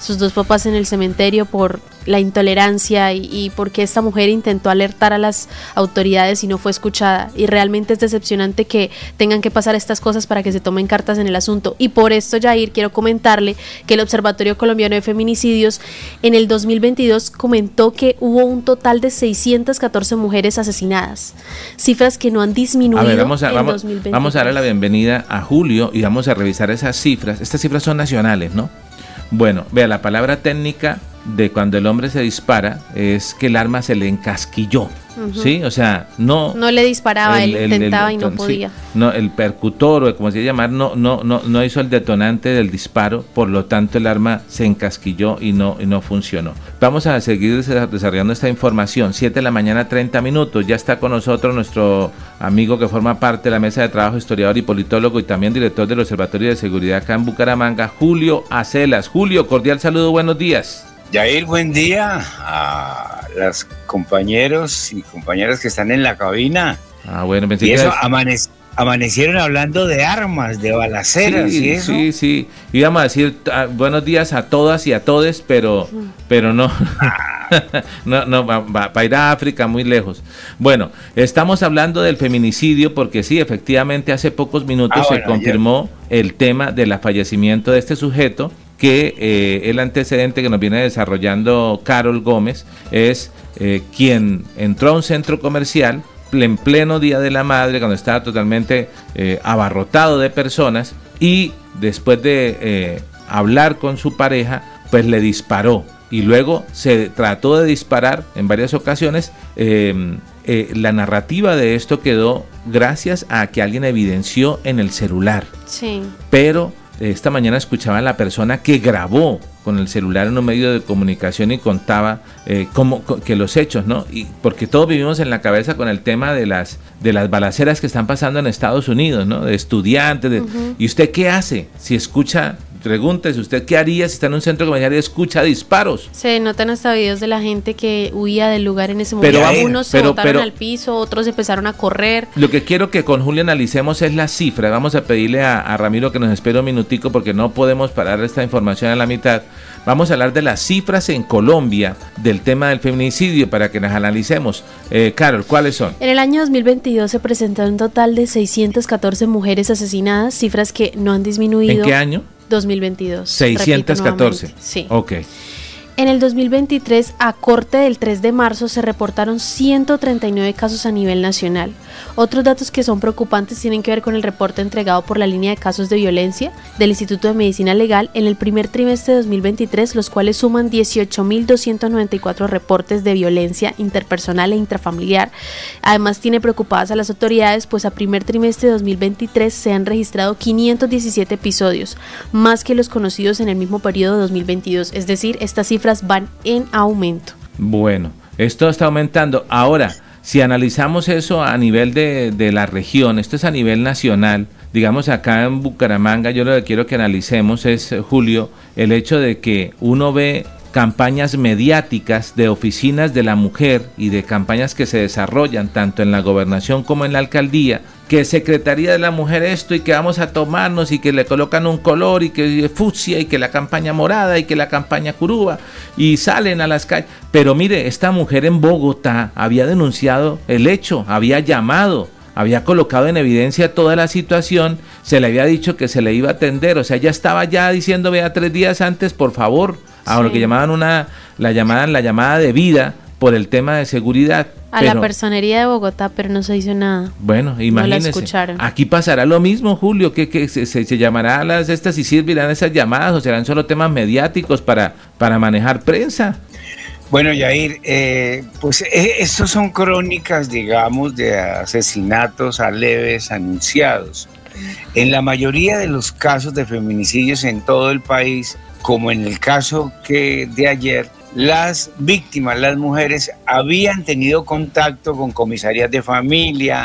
[SPEAKER 4] sus dos papás en el cementerio por la intolerancia y, y porque esta mujer intentó alertar a las autoridades y no fue escuchada, y realmente es decepcionante que tengan que pasar estas cosas para que se tomen cartas en el asunto. Y por esto, Yair, quiero comentarle que el Observatorio Colombiano de Feminicidios en el dos mil veintidós comentó que hubo un total de seiscientas catorce mujeres asesinadas, cifras que no han disminuido.
[SPEAKER 2] A ver, vamos a,
[SPEAKER 4] en
[SPEAKER 2] vamos,
[SPEAKER 4] dos mil veintitrés.
[SPEAKER 2] vamos a darle la bienvenida a Julio y vamos a revisar esas cifras. Estas cifras son nacionales, ¿no? Bueno, vea, la palabra técnica de cuando el hombre se dispara es que el arma se le encasquilló, uh-huh. ¿sí? O sea, no...
[SPEAKER 4] No le disparaba,
[SPEAKER 2] el,
[SPEAKER 4] él
[SPEAKER 2] el,
[SPEAKER 4] intentaba el,
[SPEAKER 2] el,
[SPEAKER 4] y no
[SPEAKER 2] sí,
[SPEAKER 4] podía.
[SPEAKER 2] No, el percutor, o como se llama, no, no, no, no hizo el detonante del disparo, por lo tanto el arma se encasquilló y no, y no funcionó. Vamos a seguir desarrollando esta información. siete de la mañana, treinta minutos. Ya está con nosotros nuestro amigo que forma parte de la mesa de trabajo, historiador y politólogo y también director del Observatorio de Seguridad acá en Bucaramanga, Julio Acelas. Julio, cordial saludo, buenos días.
[SPEAKER 7] Yair, buen día a los compañeros y compañeras que están en la cabina.
[SPEAKER 2] Ah, bueno, pensé
[SPEAKER 7] y
[SPEAKER 2] que
[SPEAKER 7] eso,
[SPEAKER 2] es...
[SPEAKER 7] amanec- amanecieron hablando de armas, de balaceras,
[SPEAKER 2] sí,
[SPEAKER 7] y eso.
[SPEAKER 2] Sí, sí, íbamos a decir uh, buenos días a todas y a todes, pero, pero no, no, no, va, va, va a ir a África muy lejos. Bueno, estamos hablando del feminicidio porque sí, efectivamente hace pocos minutos
[SPEAKER 7] ah,
[SPEAKER 2] se
[SPEAKER 7] bueno,
[SPEAKER 2] confirmó ya. el tema del fallecimiento de este sujeto, que eh, el antecedente que nos viene desarrollando Carol Gómez es eh, quien entró a un centro comercial en pleno Día de la Madre, cuando estaba totalmente eh, abarrotado de personas, y después de eh, hablar con su pareja, pues le disparó, y luego se trató de disparar en varias ocasiones. eh, eh, la narrativa de esto quedó gracias a que alguien evidenció en el celular,
[SPEAKER 4] sí.
[SPEAKER 2] pero esta mañana escuchaba a la persona que grabó con el celular en un medio de comunicación y contaba eh, cómo que los hechos, ¿no? Y porque todos vivimos en la cabeza con el tema de las de las balaceras que están pasando en Estados Unidos, ¿no? De estudiantes. De, uh-huh. ¿Y usted qué hace si escucha? Pregúntese, ¿usted qué haría si está en un centro comercial y escucha disparos?
[SPEAKER 4] Se notan hasta videos de la gente que huía del lugar en ese momento.
[SPEAKER 2] Pero,
[SPEAKER 4] Algunos
[SPEAKER 2] pero,
[SPEAKER 4] se botaron
[SPEAKER 2] pero,
[SPEAKER 4] al piso, otros empezaron a correr.
[SPEAKER 2] Lo que quiero que con Julio analicemos es la cifra. Vamos a pedirle a, a Ramiro que nos espere un minutico porque no podemos parar esta información a la mitad. Vamos a hablar de las cifras en Colombia del tema del feminicidio para que las analicemos. Eh, Carol, ¿cuáles son?
[SPEAKER 4] En el año dos mil veintidós se presentaron un total de seiscientas catorce mujeres asesinadas, cifras que no han disminuido.
[SPEAKER 2] ¿En qué año?
[SPEAKER 4] dos mil veintidós.
[SPEAKER 2] seiscientas catorce.
[SPEAKER 4] Sí.
[SPEAKER 2] Ok.
[SPEAKER 4] En el dos mil veintitrés, a corte del tres de marzo, se reportaron ciento treinta y nueve casos a nivel nacional. Otros datos que son preocupantes tienen que ver con el reporte entregado por la línea de casos de violencia del Instituto de Medicina Legal en el primer trimestre de dos mil veintitrés, los cuales suman dieciocho mil doscientos noventa y cuatro reportes de violencia interpersonal e intrafamiliar. Además, tiene preocupadas a las autoridades, pues a primer trimestre de dos mil veintitrés se han registrado quinientos diecisiete episodios, más que los conocidos en el mismo periodo de dos mil veintidós, es decir, estas cifras van en aumento.
[SPEAKER 2] Bueno, esto está aumentando. Ahora, si analizamos eso a nivel de, de la región, esto es a nivel nacional, digamos acá en Bucaramanga, yo lo que quiero que analicemos es, Julio, el hecho de que uno ve campañas mediáticas de oficinas de la mujer y de campañas que se desarrollan tanto en la gobernación como en la alcaldía, que Secretaría de la Mujer esto y que vamos a tomarnos y que le colocan un color y que fucsia y que la campaña morada y que la campaña curúa y salen a las calles. Pero mire, esta mujer en Bogotá había denunciado el hecho, había llamado, había colocado en evidencia toda la situación, se le había dicho que se le iba a atender, o sea, ya estaba ya diciendo, vea, tres días antes, por favor, a sí. lo que llamaban una, la llamaban la llamada de vida por el tema de seguridad.
[SPEAKER 4] A pero, la personería de Bogotá, pero no se hizo nada.
[SPEAKER 2] Bueno, imagínense.
[SPEAKER 4] No la escucharon.
[SPEAKER 2] Aquí pasará lo mismo, Julio, que, que se, se, se llamará a las estas y servirán esas llamadas o serán solo temas mediáticos para, para manejar prensa.
[SPEAKER 7] Bueno, Yair, eh, pues eh, estos son crónicas, digamos, de asesinatos aleves anunciados. En la mayoría de los casos de feminicidios en todo el país, como en el caso que de ayer, las víctimas, las mujeres, habían tenido contacto con comisarías de familia,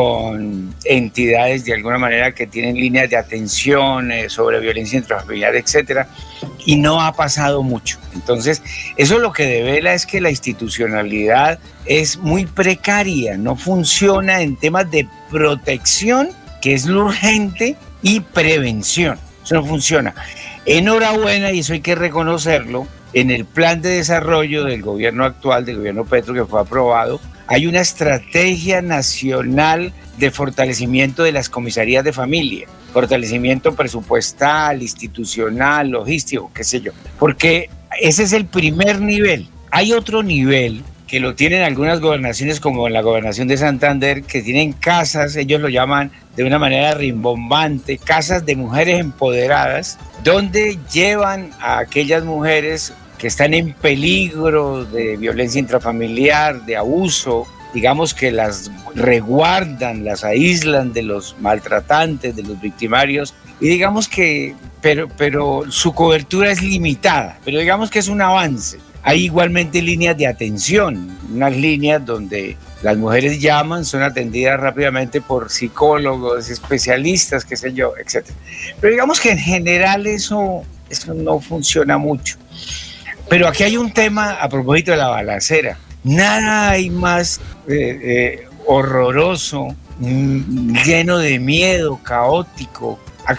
[SPEAKER 7] con entidades de alguna manera que tienen líneas de atención eh, sobre violencia intrafamiliar, etcétera, y no ha pasado mucho. Entonces, eso lo que devela es que la institucionalidad es muy precaria, no funciona en temas de protección, que es lo urgente, y prevención. Eso no funciona. Enhorabuena, y eso hay que reconocerlo, en el plan de desarrollo del gobierno actual, del gobierno Petro, que fue aprobado, hay una estrategia nacional de fortalecimiento de las comisarías de familia, fortalecimiento presupuestal, institucional, logístico, qué sé yo, porque ese es el primer nivel. Hay otro nivel que lo tienen algunas gobernaciones, como en la gobernación de Santander, que tienen casas, ellos lo llaman de una manera rimbombante, casas de mujeres empoderadas, donde llevan a aquellas mujeres que están en peligro de violencia intrafamiliar, de abuso, digamos que las resguardan, las aíslan de los maltratantes, de los victimarios, y digamos que, pero, pero su cobertura es limitada, pero digamos que es un avance. Hay igualmente líneas de atención, unas líneas donde las mujeres llaman, son atendidas rápidamente por psicólogos, especialistas, qué sé yo, etcétera. Pero digamos que en general eso, eso no funciona mucho. Pero aquí hay un tema a propósito de la balacera. Nada hay más eh, eh, horroroso, mm, lleno de miedo, caótico,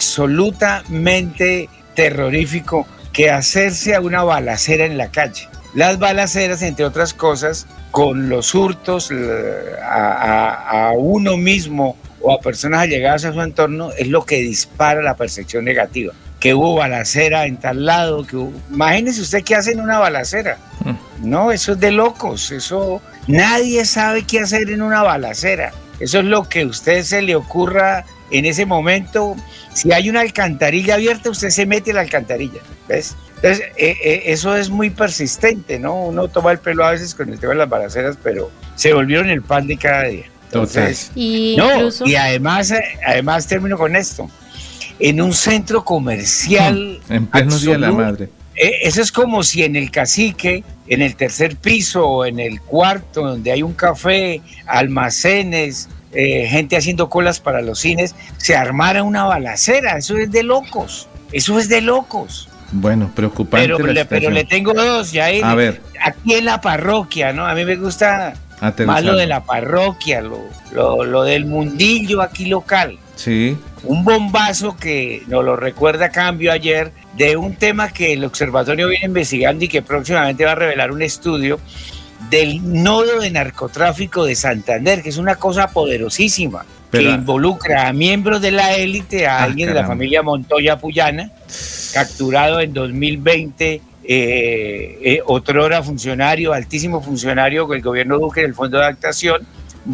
[SPEAKER 7] absolutamente terrorífico, que hacerse a una balacera en la calle. Las balaceras, entre otras cosas, con los hurtos a, a, a uno mismo o a personas allegadas a su entorno, es lo que dispara la percepción negativa. Que hubo balacera en tal lado, que hubo... Imagínese usted qué hace en una balacera. No, eso es de locos, eso... Nadie sabe qué hacer en una balacera. Eso es lo que a usted se le ocurra en ese momento. Si hay una alcantarilla abierta, usted se mete a la alcantarilla, ¿ves? Entonces, eh, eh, eso es muy persistente, ¿no? Uno toma el pelo a veces con el tema de las balaceras, pero se volvieron el pan de cada día. Entonces,
[SPEAKER 4] y,
[SPEAKER 7] no,
[SPEAKER 4] incluso...
[SPEAKER 7] y además, además termino con esto. En un centro comercial...
[SPEAKER 2] En pleno día de la madre.
[SPEAKER 7] Eh, eso es como si en el Cacique, en el tercer piso o en el cuarto, donde hay un café, almacenes, eh, gente haciendo colas para los cines, se armara una balacera. Eso es de locos. Eso es de locos.
[SPEAKER 2] Bueno, preocupante.
[SPEAKER 7] Pero,
[SPEAKER 2] la
[SPEAKER 7] le, pero le tengo dos, ya
[SPEAKER 2] A ver.
[SPEAKER 7] Aquí en la parroquia, ¿no? A mí me gusta
[SPEAKER 2] Aterrizando.
[SPEAKER 7] más lo de la parroquia, lo, lo, lo del mundillo aquí local.
[SPEAKER 2] Sí.
[SPEAKER 7] Un bombazo que nos lo recuerda Cambio ayer, de un tema que el observatorio viene investigando y que próximamente va a revelar un estudio del nodo de narcotráfico de Santander, que es una cosa poderosísima. Pero, que involucra a miembros de la élite, a ah, alguien caramba. de la familia Montoya Puyana, capturado en dos mil veinte, eh, eh, otrora funcionario, altísimo funcionario del gobierno Duque del Fondo de Adaptación,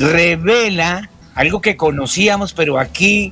[SPEAKER 7] revela algo que conocíamos, pero aquí,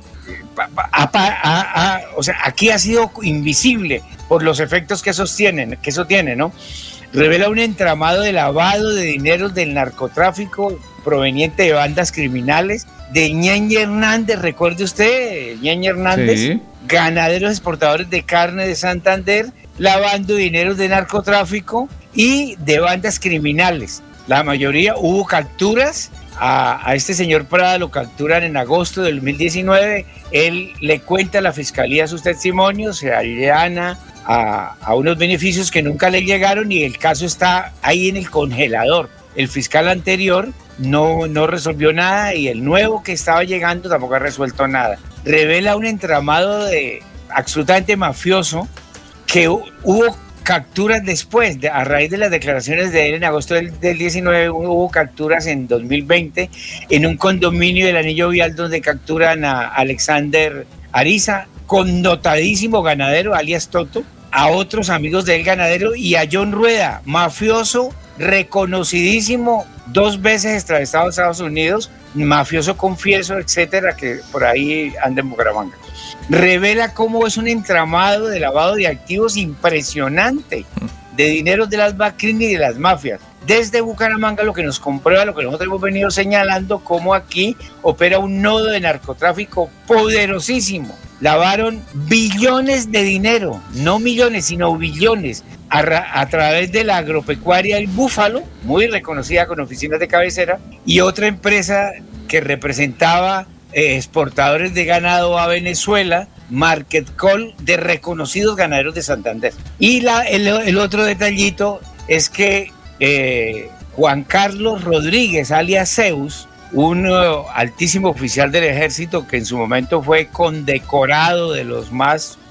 [SPEAKER 7] a, a, a, a, o sea, aquí ha sido invisible por los efectos que, sostienen, que eso tiene, ¿no? Revela un entramado de lavado de dineros del narcotráfico proveniente de bandas criminales, de Ñeñe Hernández, recuerde usted, Ñeñe Hernández, sí. Ganaderos exportadores de carne de Santander, lavando dineros de narcotráfico y de bandas criminales. La mayoría, hubo capturas, a, a este señor Prada lo capturan en agosto del dos mil diecinueve, él le cuenta a la fiscalía sus testimonios, se allana a, a unos beneficios que nunca le llegaron y el caso está ahí en el congelador. El fiscal anterior no, no resolvió nada y el nuevo que estaba llegando tampoco ha resuelto nada. Revela un entramado de, absolutamente mafioso, que hubo capturas después, de, a raíz de las declaraciones de él en agosto del, del diecinueve, hubo capturas en dos mil veinte en un condominio del Anillo Vial donde capturan a Alexander Ariza, connotadísimo ganadero, alias Toto, a otros amigos del ganadero y a John Rueda, mafioso reconocidísimo, dos veces extraditado a Estados Unidos, mafioso confieso, etcétera, que por ahí anda en Bucaramanga. Revela cómo es un entramado de lavado de activos impresionante, de dineros de las Bacrini y de las mafias. Desde Bucaramanga, lo que nos comprueba, lo que nosotros hemos venido señalando, cómo aquí opera un nodo de narcotráfico poderosísimo. Lavaron billones de dinero, no millones, sino billones, a, a través de la agropecuaria El Búfalo, muy reconocida con oficinas de cabecera, y otra empresa que representaba eh, exportadores de ganado a Venezuela, Market Call, de reconocidos ganaderos de Santander. Y la, el, el otro detallito es que eh, Juan Carlos Rodríguez, alias Zeus, un uh, altísimo oficial del ejército que en su momento fue condecorado de los más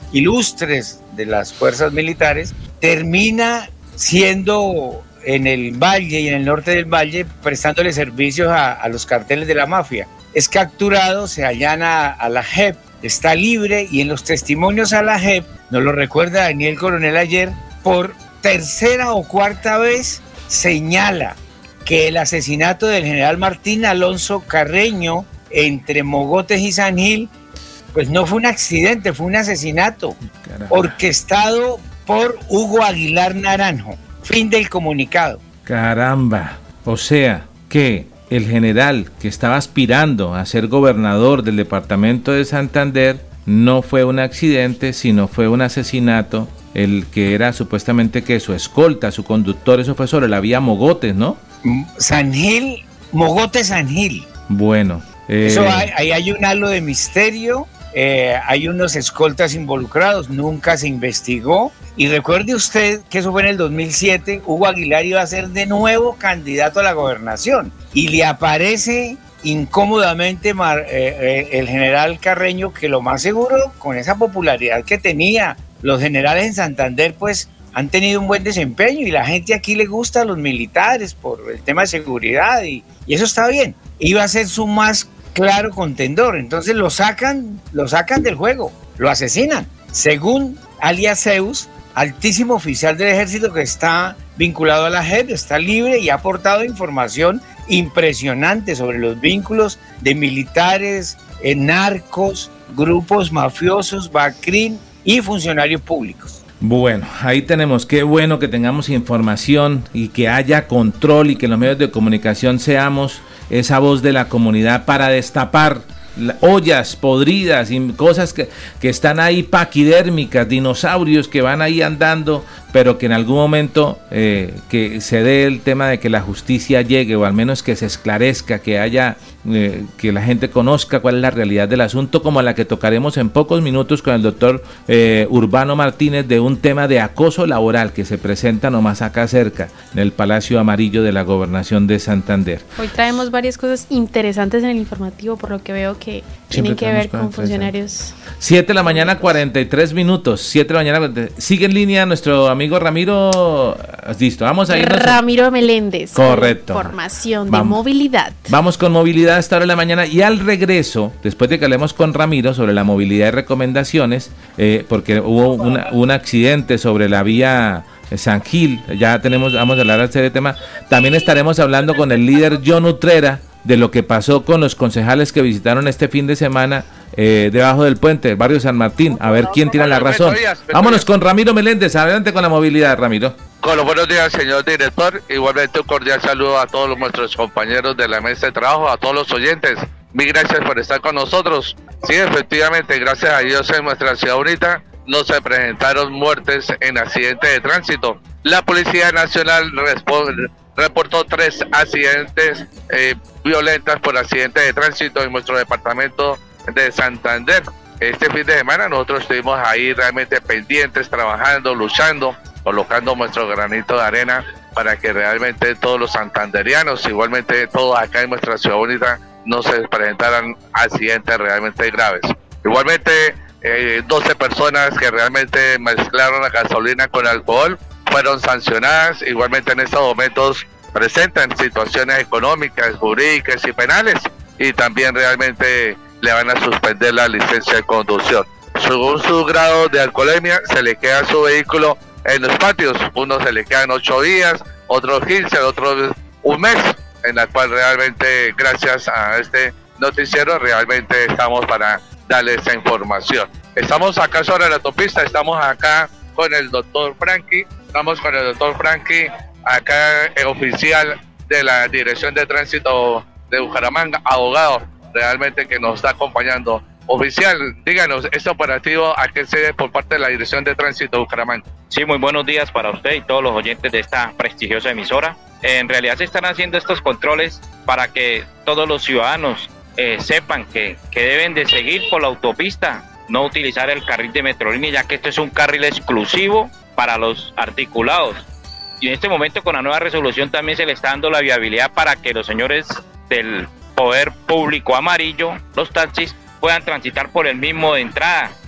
[SPEAKER 7] ilustres de las fuerzas militares, termina siendo en el valle y en el norte del valle prestándole servicios a, a los carteles de la mafia. Es capturado, se allana a la J E P, está libre y en los testimonios a la J E P, nos lo recuerda Daniel Coronel ayer, por tercera o cuarta vez señala que el asesinato del general Martín Alonso Carreño entre Mogotes y San Gil, pues no fue un accidente, fue un asesinato. Caramba. Orquestado por Hugo Aguilar Naranjo. Fin del comunicado.
[SPEAKER 2] Caramba, o sea que el general que estaba aspirando a ser gobernador del departamento de Santander no fue un accidente, sino fue un asesinato. El que era supuestamente que su escolta, su conductor, eso fue sobre la vía Mogotes, ¿no?
[SPEAKER 7] San Gil, Mogotes San Gil.
[SPEAKER 2] Bueno. Eh...
[SPEAKER 7] Eso hay, ahí hay un halo de misterio, eh, hay unos escoltas involucrados, nunca se investigó. Y recuerde usted que eso fue en el dos mil siete, Hugo Aguilar iba a ser de nuevo candidato a la gobernación. Y le aparece incómodamente Mar, eh, eh, el general Carreño, que lo más seguro, con esa popularidad que tenía, los generales en Santander pues han tenido un buen desempeño y la gente aquí le gusta a los militares por el tema de seguridad y, y eso está bien. Iba a ser su más claro contendor, entonces lo sacan, lo sacan del juego, lo asesinan. Según alias Zeus, altísimo oficial del ejército que está vinculado a la J E P, está libre y ha aportado información impresionante sobre los vínculos de militares, eh, narcos, grupos mafiosos, Bacrín y funcionarios públicos.
[SPEAKER 2] Bueno, ahí tenemos, qué bueno que tengamos información y que haya control y que los medios de comunicación seamos esa voz de la comunidad para destapar ollas podridas y cosas que, que están ahí paquidérmicas, dinosaurios que van ahí andando, pero que en algún momento eh, que se dé el tema de que la justicia llegue, o al menos que se esclarezca, que haya, eh, que la gente conozca cuál es la realidad del asunto, como la que tocaremos en pocos minutos con el doctor eh, Urbano Martínez, de un tema de acoso laboral que se presenta nomás acá cerca, en el Palacio Amarillo de la Gobernación de Santander.
[SPEAKER 4] Hoy traemos varias cosas interesantes en el informativo, por lo que veo que tienen que ver con funcionarios.
[SPEAKER 2] siete de la mañana, cuarenta y tres minutos. siete de la mañana. Sigue en línea nuestro amigo Ramiro. Listo, vamos a ir.
[SPEAKER 4] Ramiro Meléndez.
[SPEAKER 2] Correcto.
[SPEAKER 4] Formación de movilidad.
[SPEAKER 2] Vamos con movilidad a esta hora de la mañana y al regreso, después de que hablemos con Ramiro sobre la movilidad y recomendaciones, eh, porque hubo una, un accidente sobre la vía San Gil, ya tenemos, vamos a hablar de este tema. También estaremos hablando con el líder John Utrera de lo que pasó con los concejales que visitaron este fin de semana eh, debajo del puente del barrio San Martín, a ver quién tiene la razón. Vámonos con Ramiro Meléndez, adelante con la movilidad, Ramiro.
[SPEAKER 8] Con los buenos días, señor director, igualmente un cordial saludo a todos nuestros compañeros de la mesa de trabajo, a todos los oyentes, mil gracias por estar con nosotros. Sí, efectivamente, gracias a Dios en nuestra ciudad bonita no se presentaron muertes en accidentes de tránsito. La Policía Nacional responde reportó tres accidentes eh, violentos por accidentes de tránsito en nuestro departamento de Santander. Este fin de semana nosotros estuvimos ahí realmente pendientes, trabajando, luchando, colocando nuestro granito de arena para que realmente todos los santanderianos, igualmente todos acá en nuestra ciudad bonita, no se presentaran accidentes realmente graves. Igualmente, eh, doce personas que realmente mezclaron la gasolina con alcohol fueron sancionadas. Igualmente en estos momentos presentan situaciones económicas, jurídicas y penales, y también realmente le van a suspender la licencia de conducción. Según su grado de alcoholemia, se le queda su vehículo en los patios. Uno se le quedan ocho días, otros quince, otros un mes, en la cual realmente gracias a este noticiero realmente estamos para darle esa información. Estamos acá sobre la autopista, estamos acá con el doctor Frankie, estamos con el doctor Frankie, acá el oficial de la Dirección de Tránsito de Bucaramanga, abogado realmente que nos está acompañando. Oficial, díganos, ¿este operativo a qué se debe por parte de la Dirección de Tránsito de Bucaramanga?
[SPEAKER 9] Sí, muy buenos días para usted y todos los oyentes de esta prestigiosa emisora. En realidad se están haciendo estos controles para que todos los ciudadanos eh, sepan que, que deben de seguir por la autopista, no utilizar el carril de Metrolínea, ya que esto es un carril exclusivo para los articulados. Y en este momento con la nueva resolución también se le está dando la viabilidad para que los señores del poder público amarillo, los taxis, puedan transitar por el mismo de entrada.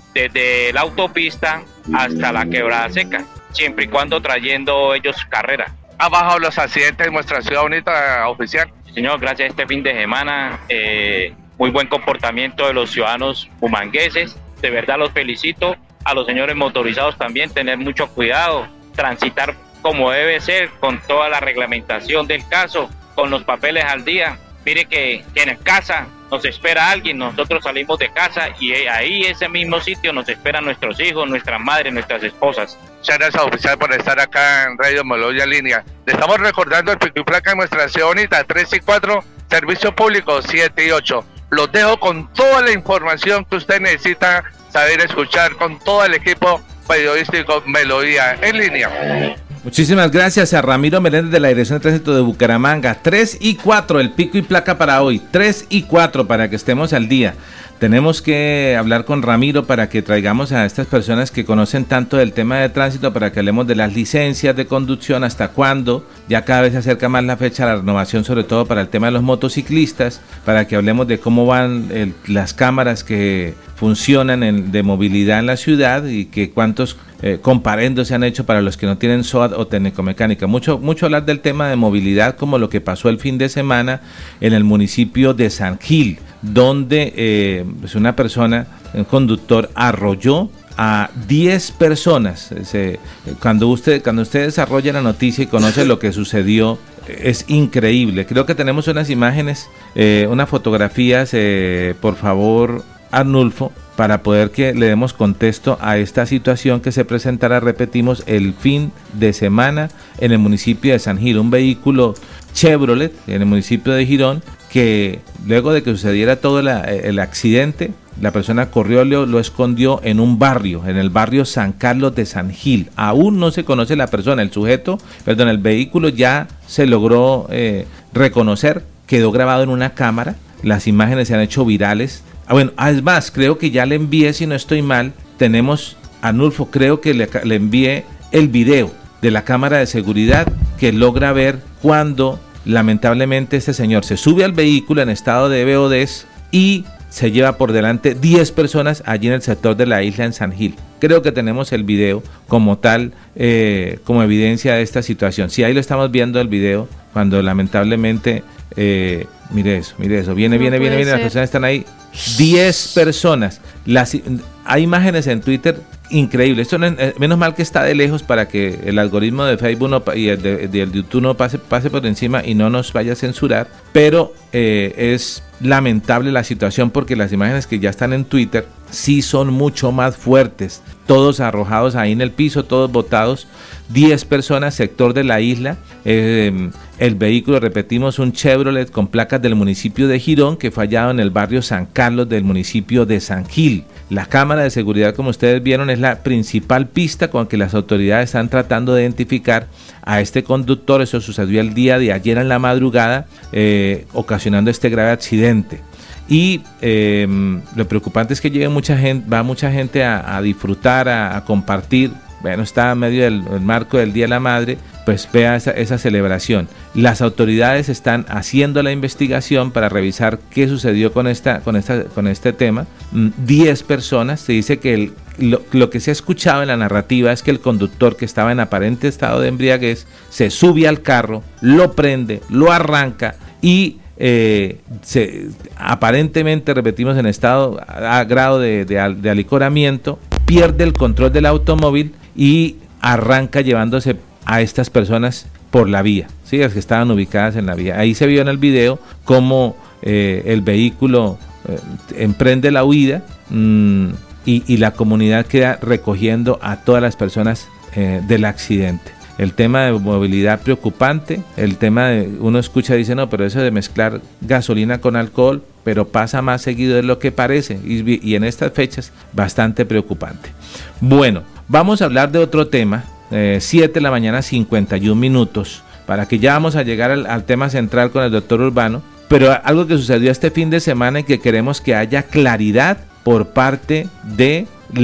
[SPEAKER 9] desde la autopista hasta la Quebrada Seca, siempre y cuando trayendo ellos carrera.
[SPEAKER 8] ¿Han bajado los accidentes en nuestra ciudad bonita, oficial?
[SPEAKER 9] Señor, gracias a este fin de semana, eh, muy buen comportamiento de los ciudadanos humangueses, de verdad los felicito. A los señores motorizados también, tener mucho cuidado, transitar como debe ser, con toda la reglamentación del caso, con los papeles al día. Mire que, que en casa nos espera alguien, nosotros salimos de casa y ahí ese mismo sitio nos esperan nuestros hijos, nuestras madres, nuestras esposas.
[SPEAKER 8] Muchas gracias, oficial, por estar acá en Radio Melodía Línea. Le estamos recordando el pico y placa en nuestra ciudad bonita, tres y cuatro, servicio público siete y ocho. Los dejo con toda la información que usted necesita saber escuchar, con todo el equipo periodístico Melodía en Línea.
[SPEAKER 2] Muchísimas gracias a Ramiro Meléndez de la Dirección de Tránsito de Bucaramanga. tres y cuatro, el pico y placa para hoy. tres y cuatro para que estemos al día. Tenemos que hablar con Ramiro para que traigamos a estas personas que conocen tanto del tema de tránsito, para que hablemos de las licencias de conducción, hasta cuándo. Ya cada vez se acerca más la fecha de la renovación, sobre todo para el tema de los motociclistas, para que hablemos de cómo van el, las cámaras que funcionan en, de movilidad en la ciudad, y que cuántos eh, comparendos se han hecho para los que no tienen S O A T o técnico-mecánica. Mucho, mucho hablar del tema de movilidad, como lo que pasó el fin de semana en el municipio de San Gil, donde eh, pues una persona, un conductor, arrolló a diez personas. Se, cuando usted cuando usted desarrolla la noticia y conoce lo que sucedió, es increíble. Creo que tenemos unas imágenes, eh, unas fotografías, eh, por favor, Arnulfo, para poder que le demos contexto a esta situación que se presentará, repetimos, el fin de semana en el municipio de San Gil. Un vehículo Chevrolet en el municipio de Girón, que luego de que sucediera todo la, el accidente, la persona corrió, lo, lo escondió en un barrio, en el barrio San Carlos de San Gil. Aún no se conoce la persona, el sujeto, perdón, el vehículo ya se logró eh, reconocer, quedó grabado en una cámara, las imágenes se han hecho virales. Ah, bueno, es más, creo que ya le envié, si no estoy mal, tenemos, Arnulfo, creo que le, le envié el video de la cámara de seguridad que logra ver cuando lamentablemente este señor se sube al vehículo en estado de ebriaguez y se lleva por delante diez personas allí en el sector de la isla en San Gil. Creo que tenemos el video como tal, eh, como evidencia de esta situación. Sí, ahí lo estamos viendo el video, cuando lamentablemente, eh, mire eso, mire eso, viene,
[SPEAKER 4] No
[SPEAKER 2] viene, viene,
[SPEAKER 4] puede
[SPEAKER 2] viene, las
[SPEAKER 4] ser.
[SPEAKER 2] personas están ahí, diez personas. Las, hay imágenes en Twitter increíble. Esto no es, menos mal que está de lejos para que el algoritmo de Facebook no, y el de, de, de YouTube no pase, pase por encima y no nos vaya a censurar, pero eh, es lamentable la situación, porque las imágenes que ya están en Twitter sí son mucho más fuertes. Todos arrojados ahí en el piso, todos botados, diez personas, sector de la isla. Eh, el vehículo, repetimos, un Chevrolet con placas del municipio de Girón, que fue hallado en el barrio San Carlos del municipio de San Gil. La cámara de seguridad, como ustedes vieron, es la principal pista con que las autoridades están tratando de identificar a este conductor. Eso sucedió el día de ayer en la madrugada, eh, ocasionando este grave accidente. Y eh, lo preocupante es que llegue mucha gente, va mucha gente a, a disfrutar, a, a compartir. Bueno, está en medio del marco del Día de la Madre, pues vea esa, esa celebración. Las autoridades están haciendo la investigación para revisar qué sucedió con esta, con esta, con este tema. Diez personas, se dice que el, lo, lo que se ha escuchado en la narrativa es que el conductor, que estaba en aparente estado de embriaguez, se sube al carro, lo prende, lo arranca y Eh, se, aparentemente, repetimos, en estado a, a grado de, de, de alicoramiento, pierde el control del automóvil y arranca llevándose a estas personas por la vía, ¿sí? Las que estaban ubicadas en la vía. Ahí se vio en el video cómo eh, el vehículo eh, emprende la huida, mmm, y, y la comunidad queda recogiendo a todas las personas eh, del accidente. El tema de movilidad preocupante, el tema de, uno escucha y dice, no, pero eso de mezclar gasolina con alcohol, pero pasa más seguido de lo que parece, y, y en estas fechas bastante preocupante. Bueno, vamos a hablar de otro tema, eh, siete de la mañana, cincuenta y un minutos, para que ya vamos a llegar al, al tema central con el doctor Urbano, pero algo que sucedió este fin de semana y que queremos que haya claridad por parte de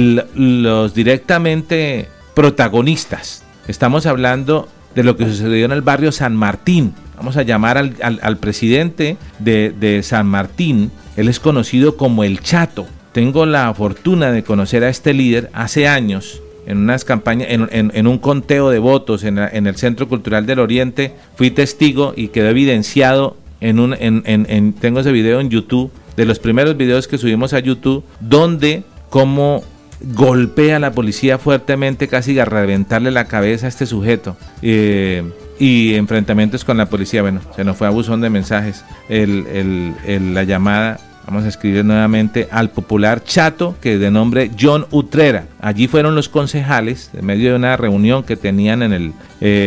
[SPEAKER 2] los directamente protagonistas. Estamos hablando de lo que sucedió en el barrio San Martín. Vamos a llamar al, al, al presidente de, de San Martín. Él es conocido como El Chato. tengo la fortuna de conocer a este líder hace años, en unas campañas, en, en, en un conteo de votos en, la, en el Centro Cultural del Oriente, fui testigo y quedó evidenciado en un, en, en, en, tengo ese video en YouTube, de los primeros videos que subimos a YouTube, donde como golpea a la policía fuertemente, casi a reventarle la cabeza a este sujeto, eh, y enfrentamientos con la policía. Bueno, se nos fue a buzón de mensajes el, el, el, la llamada. Vamos a escribir nuevamente al popular chato, que de nombre John Utrera. Allí fueron los concejales, en medio de una reunión que tenían en el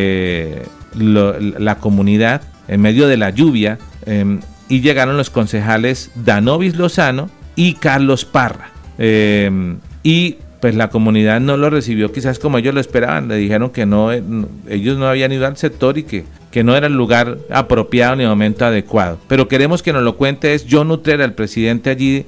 [SPEAKER 2] eh, lo, la comunidad, en medio de la lluvia, eh, y llegaron los concejales Danovis Lozano y Carlos Parra. Eh, y pues la comunidad no lo recibió quizás como ellos lo esperaban. Le dijeron que no, no ellos no habían ido al sector y que que no era el lugar apropiado ni el momento adecuado. Pero queremos que nos lo cuente es John Utrera, el presidente allí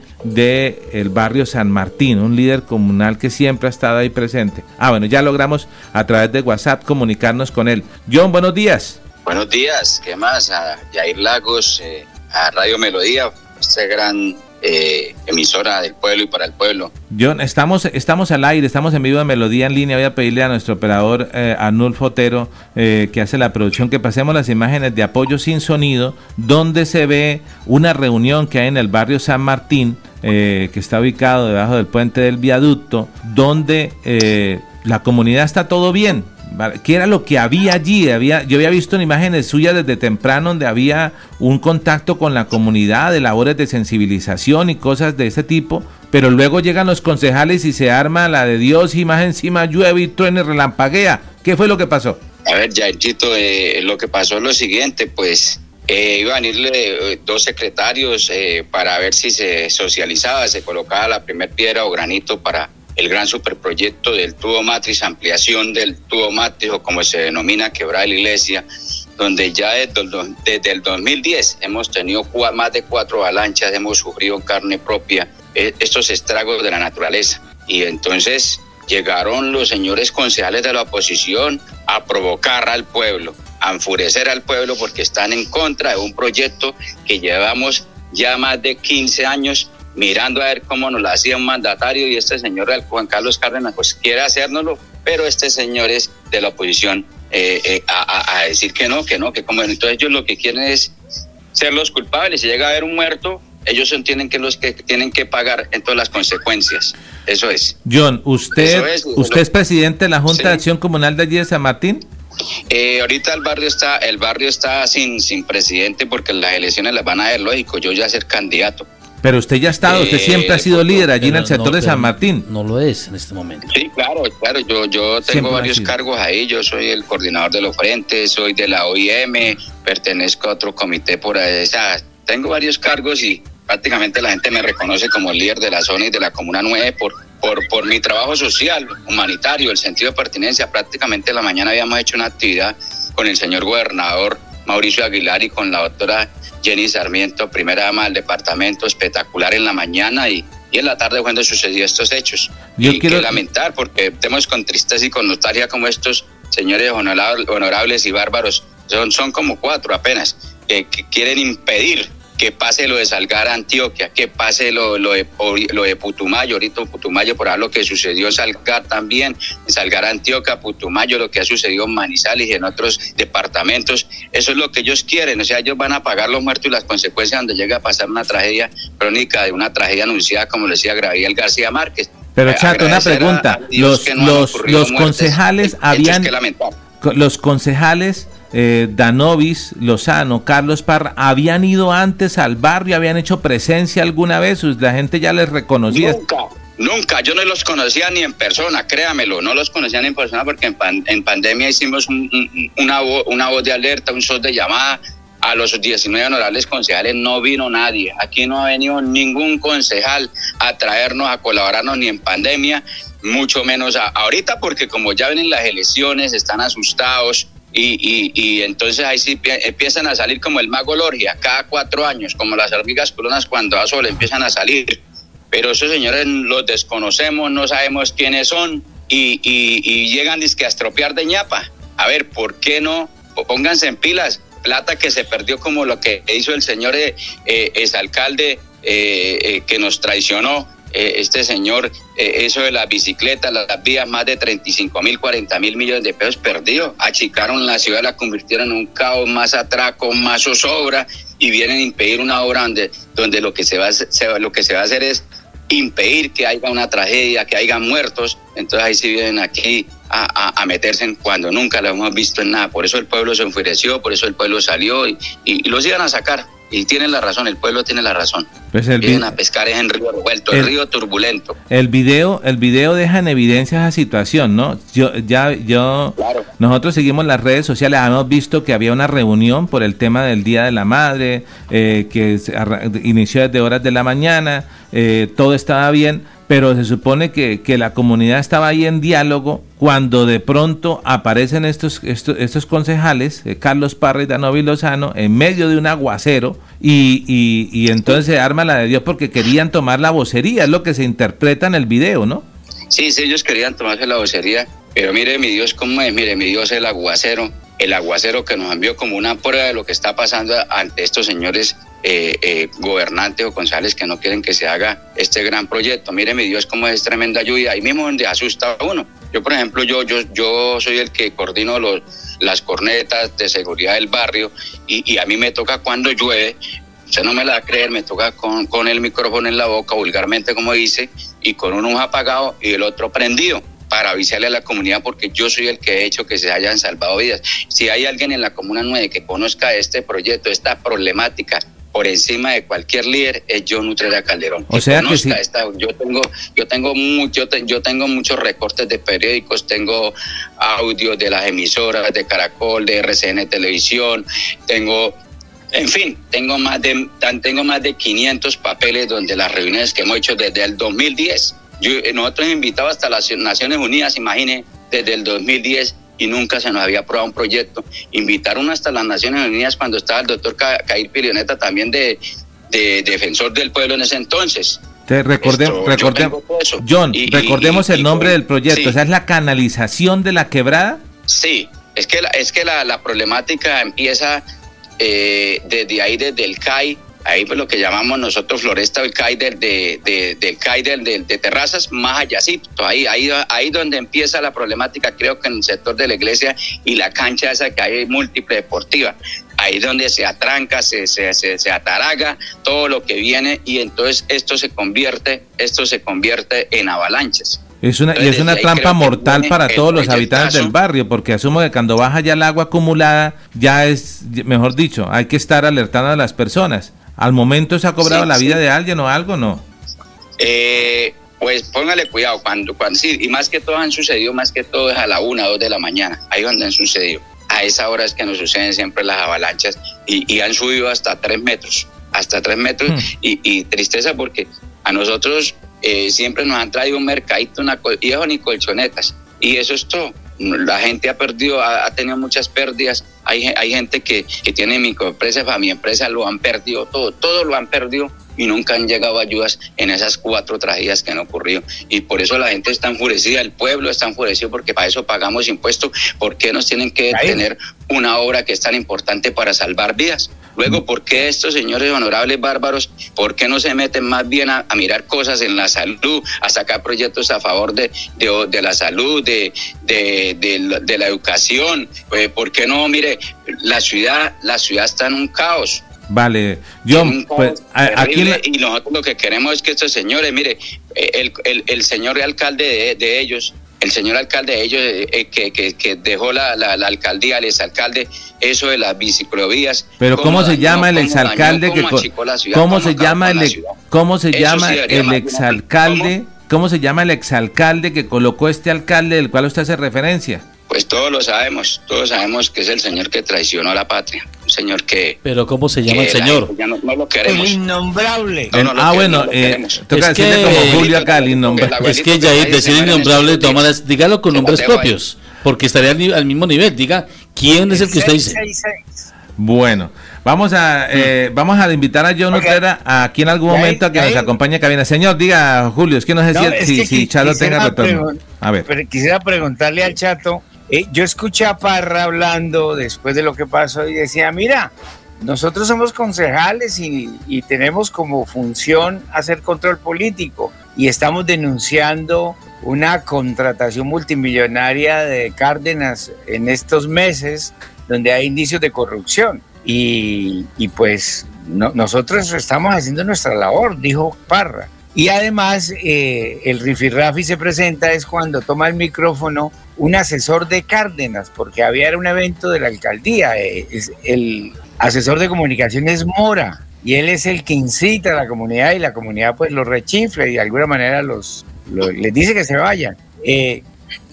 [SPEAKER 2] del barrio San Martín, un líder comunal que siempre ha estado ahí presente. Ah, bueno, ya logramos a través de WhatsApp comunicarnos con él. John, buenos días.
[SPEAKER 10] Buenos días, ¿qué más? A Yair Lagos, eh, a Radio Melodía, este gran eh, emisora del pueblo y para el pueblo.
[SPEAKER 2] John, estamos, estamos al aire, estamos en vivo de Melodía en línea. Voy a pedirle a nuestro operador eh, Arnulfo Otero, eh, que hace la producción, que pasemos las imágenes de apoyo sin sonido, donde se ve una reunión que hay en el barrio San Martín, eh, que está ubicado debajo del puente del viaducto, donde eh, la comunidad está todo bien. ¿Qué era lo que había allí? Había, yo había visto en imágenes suyas desde temprano donde había un contacto con la comunidad, de labores de sensibilización y cosas de ese tipo, pero luego llegan los concejales y se arma la de Dios y más encima llueve y truena y relampaguea. ¿Qué fue lo que pasó?
[SPEAKER 10] A ver, Jaircito, eh, lo que pasó es lo siguiente, pues eh, iban a irle eh, dos secretarios eh, para ver si se socializaba, se colocaba la primer piedra o granito para el gran superproyecto del tubo matriz, ampliación del tubo matriz, o como se denomina, quebrada de la iglesia, donde ya desde el, desde el dos mil diez hemos tenido más de cuatro avalanchas, hemos sufrido en carne propia eh, estos estragos de la naturaleza. Y entonces llegaron los señores concejales de la oposición a provocar al pueblo, a enfurecer al pueblo, porque están en contra de un proyecto que llevamos ya más de quince años mirando a ver cómo nos lo hacía un mandatario, y este señor Juan Carlos Cárdenas pues quiere hacérnoslo, pero este señor es de la oposición eh, eh, a, a decir que no, que no, que como entonces ellos lo que quieren es ser los culpables. Si llega a haber un muerto, ellos son tienen que los que tienen que pagar en todas las consecuencias. Eso es.
[SPEAKER 2] John, usted es, usted lo, es presidente de la Junta sí. de Acción Comunal de allí de San Martín.
[SPEAKER 10] Eh, ahorita el barrio está el barrio está sin sin presidente porque las elecciones las van a ver, lógico, yo ya ser candidato.
[SPEAKER 2] Pero usted ya ha estado, usted siempre eh, ha sido líder allí en el sector no, de San Martín.
[SPEAKER 5] No lo es en este momento.
[SPEAKER 10] Sí, claro, claro, yo, yo tengo siempre varios cargos ahí, yo soy el coordinador de los frentes, soy de la O I M, pertenezco a otro comité por ahí, o sea, tengo varios cargos y prácticamente la gente me reconoce como el líder de la zona y de la Comuna nueve por, por, por mi trabajo social, humanitario, el sentido de pertenencia. Prácticamente la mañana habíamos hecho una actividad con el señor gobernador Mauricio Aguilar y con la doctora Jenny Sarmiento, primera dama del departamento, espectacular en la mañana y, y en la tarde cuando sucedió estos hechos. Yo y quiero que lamentar, porque vemos con tristeza y con nostalgia como estos señores honorables y bárbaros, son, son como cuatro apenas, que, que quieren impedir que pase lo de Salgar a Antioquia, que pase lo, lo, de, lo de Putumayo, ahorita Putumayo, por lo que sucedió en Salgar también, en Salgar a Antioquia, Putumayo, lo que ha sucedido en Manizales y en otros departamentos. Eso es lo que ellos quieren, o sea, ellos van a pagar los muertos y las consecuencias donde llega a pasar una tragedia crónica de una tragedia anunciada, como lo decía Gabriel García Márquez.
[SPEAKER 2] Pero Chato, una pregunta, los, no los, los concejales habían, los concejales Eh, Danovis, Lozano, Carlos Parra, ¿habían ido antes al barrio? ¿Habían hecho presencia alguna vez? ¿La gente ya les reconocía?
[SPEAKER 10] Nunca, nunca, yo no los conocía ni en persona, créamelo, no los conocía ni en persona porque en, pan, en pandemia hicimos un, un, una, vo, una voz de alerta, un sol de llamada a los diecinueve honorables concejales, no vino nadie, aquí no ha venido ningún concejal a traernos, a colaborarnos ni en pandemia, mucho menos a, ahorita porque como ya vienen las elecciones, están asustados. Y, y, y entonces ahí sí empiezan a salir como el mago Lorgia, cada cuatro años, como las hormigas culonas cuando a sol empiezan a salir. Pero esos señores los desconocemos, no sabemos quiénes son y, y, y llegan dizque a estropear de ñapa. A ver, ¿por qué no? Pónganse en pilas. Plata que se perdió como lo que hizo el señor eh, eh, exalcalde eh, eh, que nos traicionó eh, este señor, eh, eso de las bicicletas, las, las vías, más de treinta y cinco mil, cuarenta mil millones de pesos perdidos. Achicaron la ciudad, la convirtieron en un caos, más atraco, más zozobra, y vienen a impedir una obra donde, donde lo que se va a, se, lo que se va a hacer es impedir que haya una tragedia, que haya muertos. Entonces ahí sí vienen aquí a, a, a meterse en cuando nunca lo hemos visto en nada. Por eso el pueblo se enfureció, por eso el pueblo salió y, y, y los iban a sacar. Y tienen la razón, el pueblo tiene la razón.
[SPEAKER 2] Pues el
[SPEAKER 10] Vienen a pescar es en río revuelto, el, el río turbulento.
[SPEAKER 2] El video, el video deja en evidencia esa situación, ¿no? Yo, ya, yo, claro. Nosotros seguimos las redes sociales, hemos visto que había una reunión por el tema del Día de la Madre, eh, que se inició desde horas de la mañana, eh, todo estaba bien, pero se supone que, que la comunidad estaba ahí en diálogo cuando de pronto aparecen estos estos, estos concejales, eh, Carlos Parra y Danovi Lozano, en medio de un aguacero y, y, y entonces se arma la de Dios porque querían tomar la vocería, es lo que se interpreta en el video, ¿no?
[SPEAKER 10] Sí, sí, ellos querían tomarse la vocería, pero mire mi Dios cómo es, mire mi Dios el aguacero, el aguacero que nos envió como una prueba de lo que está pasando ante estos señores Eh, eh, gobernantes o concejales que no quieren que se haga este gran proyecto. Mire mi Dios cómo es tremenda lluvia, ahí mismo donde asusta a uno. Yo por ejemplo, yo yo yo soy el que coordino los, las cornetas de seguridad del barrio y, y a mí me toca cuando llueve, usted no me la va a creer, me toca con, con el micrófono en la boca, vulgarmente como dice, y con uno apagado y el otro prendido, para avisarle a la comunidad, porque yo soy el que he hecho que se hayan salvado vidas. Si hay alguien en la Comuna nueve que conozca este proyecto, esta problemática, por encima de cualquier líder, es John Utrera Calderón.
[SPEAKER 2] O sea que sí.
[SPEAKER 10] Esta, yo tengo, yo tengo mucho, yo tengo muchos recortes de periódicos, tengo audios de las emisoras de Caracol, de R C N Televisión, tengo, en fin, tengo más de, tengo más de quinientos papeles donde las reuniones que hemos hecho desde el dos mil diez. Yo, nosotros hemos invitado hasta las Naciones Unidas, imagine, desde el dos mil diez. Y nunca se nos había aprobado un proyecto. Invitaron hasta las Naciones Unidas cuando estaba el doctor Cair Pirioneta, también de, de defensor del pueblo en ese entonces.
[SPEAKER 2] Te recordemos, Esto, recordemos John, y, recordemos y, y, el nombre y, del proyecto, sí. O sea, ¿es la canalización de la quebrada?
[SPEAKER 10] Sí, es que la, es que la, la problemática empieza eh, desde ahí, desde el C A I, ahí pues lo que llamamos nosotros Floresta, el C A I del de, de, del C A I del, de, de Terrazas, más allácito, ahí, ahí, ahí donde empieza la problemática, creo que en el sector de la iglesia y la cancha esa que hay múltiple deportiva, ahí donde se atranca, se, se, se, se ataraga todo lo que viene y entonces esto se convierte, esto se convierte en avalanchas.
[SPEAKER 2] Es una, entonces, y es una trampa mortal para todos los habitantes del barrio, porque asumo que cuando baja ya el agua acumulada, ya es, mejor dicho, hay que estar alertando a las personas. ¿Al momento se ha cobrado sí, la vida sí. de alguien o algo, no?
[SPEAKER 10] Eh, pues póngale cuidado, cuando, cuando sí, y más que todo han sucedido, más que todo es a la una, dos de la mañana, ahí donde han sucedido. A esa hora es que nos suceden siempre las avalanchas y, y han subido hasta tres metros, hasta tres metros mm. y, y tristeza porque a nosotros eh, siempre nos han traído un mercadito, una col- y eso ni colchonetas, y eso es todo. La gente ha perdido, ha, ha tenido muchas pérdidas. Hay, hay gente que, que tiene microempresas, para mi empresa lo han perdido todo, todo lo han perdido y nunca han llegado ayudas en esas cuatro tragedias que han ocurrido. Y por eso la gente está enfurecida, el pueblo está enfurecido porque para eso pagamos impuestos. ¿Por qué nos tienen que detener una obra que es tan importante para salvar vidas? Luego, ¿por qué estos señores honorables bárbaros, por qué no se meten más bien a, a mirar cosas en la salud, a sacar proyectos a favor de, de, de la salud, de, de, de, de la educación? Eh, ¿Por qué no? Mire, la ciudad, la ciudad está en un caos.
[SPEAKER 2] Vale, John, pues aquí la...
[SPEAKER 10] y nosotros lo que queremos es que estos señores, mire, el, el, el señor alcalde de, de ellos, el señor alcalde de ellos eh, que, que, que dejó la, la, la alcaldía, el exalcalde, eso de las biciclovías.
[SPEAKER 2] Pero ¿cómo, ¿cómo se dañó, llama el exalcalde dañó, que ciudad, cómo, cómo se llama el cómo se llama el exalcalde? ¿Cómo se llama el exalcalde que colocó este alcalde del cual usted hace referencia?
[SPEAKER 10] Pues todos lo sabemos, todos sabemos que es el señor que traicionó a la patria, un señor que...
[SPEAKER 5] ¿Pero cómo se llama el señor?
[SPEAKER 10] Ya no, no lo queremos.
[SPEAKER 7] El innombrable.
[SPEAKER 10] No, no lo
[SPEAKER 2] ah,
[SPEAKER 10] queremos,
[SPEAKER 2] bueno,
[SPEAKER 10] no
[SPEAKER 2] eh, toca
[SPEAKER 5] es
[SPEAKER 2] decirle
[SPEAKER 5] que,
[SPEAKER 2] como Julio acá, el innombrable.
[SPEAKER 5] Es que ya decir innombrable, toma las, dígalo con nombres propios, porque estaría al, al mismo nivel, diga, ¿quién es el que usted dice?
[SPEAKER 2] Bueno, vamos a eh, vamos a invitar a John Utrera aquí en algún momento a que nos acompañe a cabina. Señor, diga, Julio, es que no sé no, si, si, si Chato tenga retorno. A ver.
[SPEAKER 7] Pero quisiera preguntarle al Chato, eh, yo escuché a Parra hablando después de lo que pasó y decía, mira, nosotros somos concejales y, y tenemos como función hacer control político, y estamos denunciando una contratación multimillonaria de Cárdenas en estos meses donde hay indicios de corrupción. Y, y pues no, nosotros estamos haciendo nuestra labor, dijo Parra. Y además eh, el rifirrafi se presenta es cuando toma el micrófono un asesor de Cárdenas, porque había un evento de la alcaldía, eh, es, el asesor de comunicación es Mora, y él es el que incita a la comunidad, y la comunidad pues lo rechifla y de alguna manera los, los les dice que se vayan. Eh,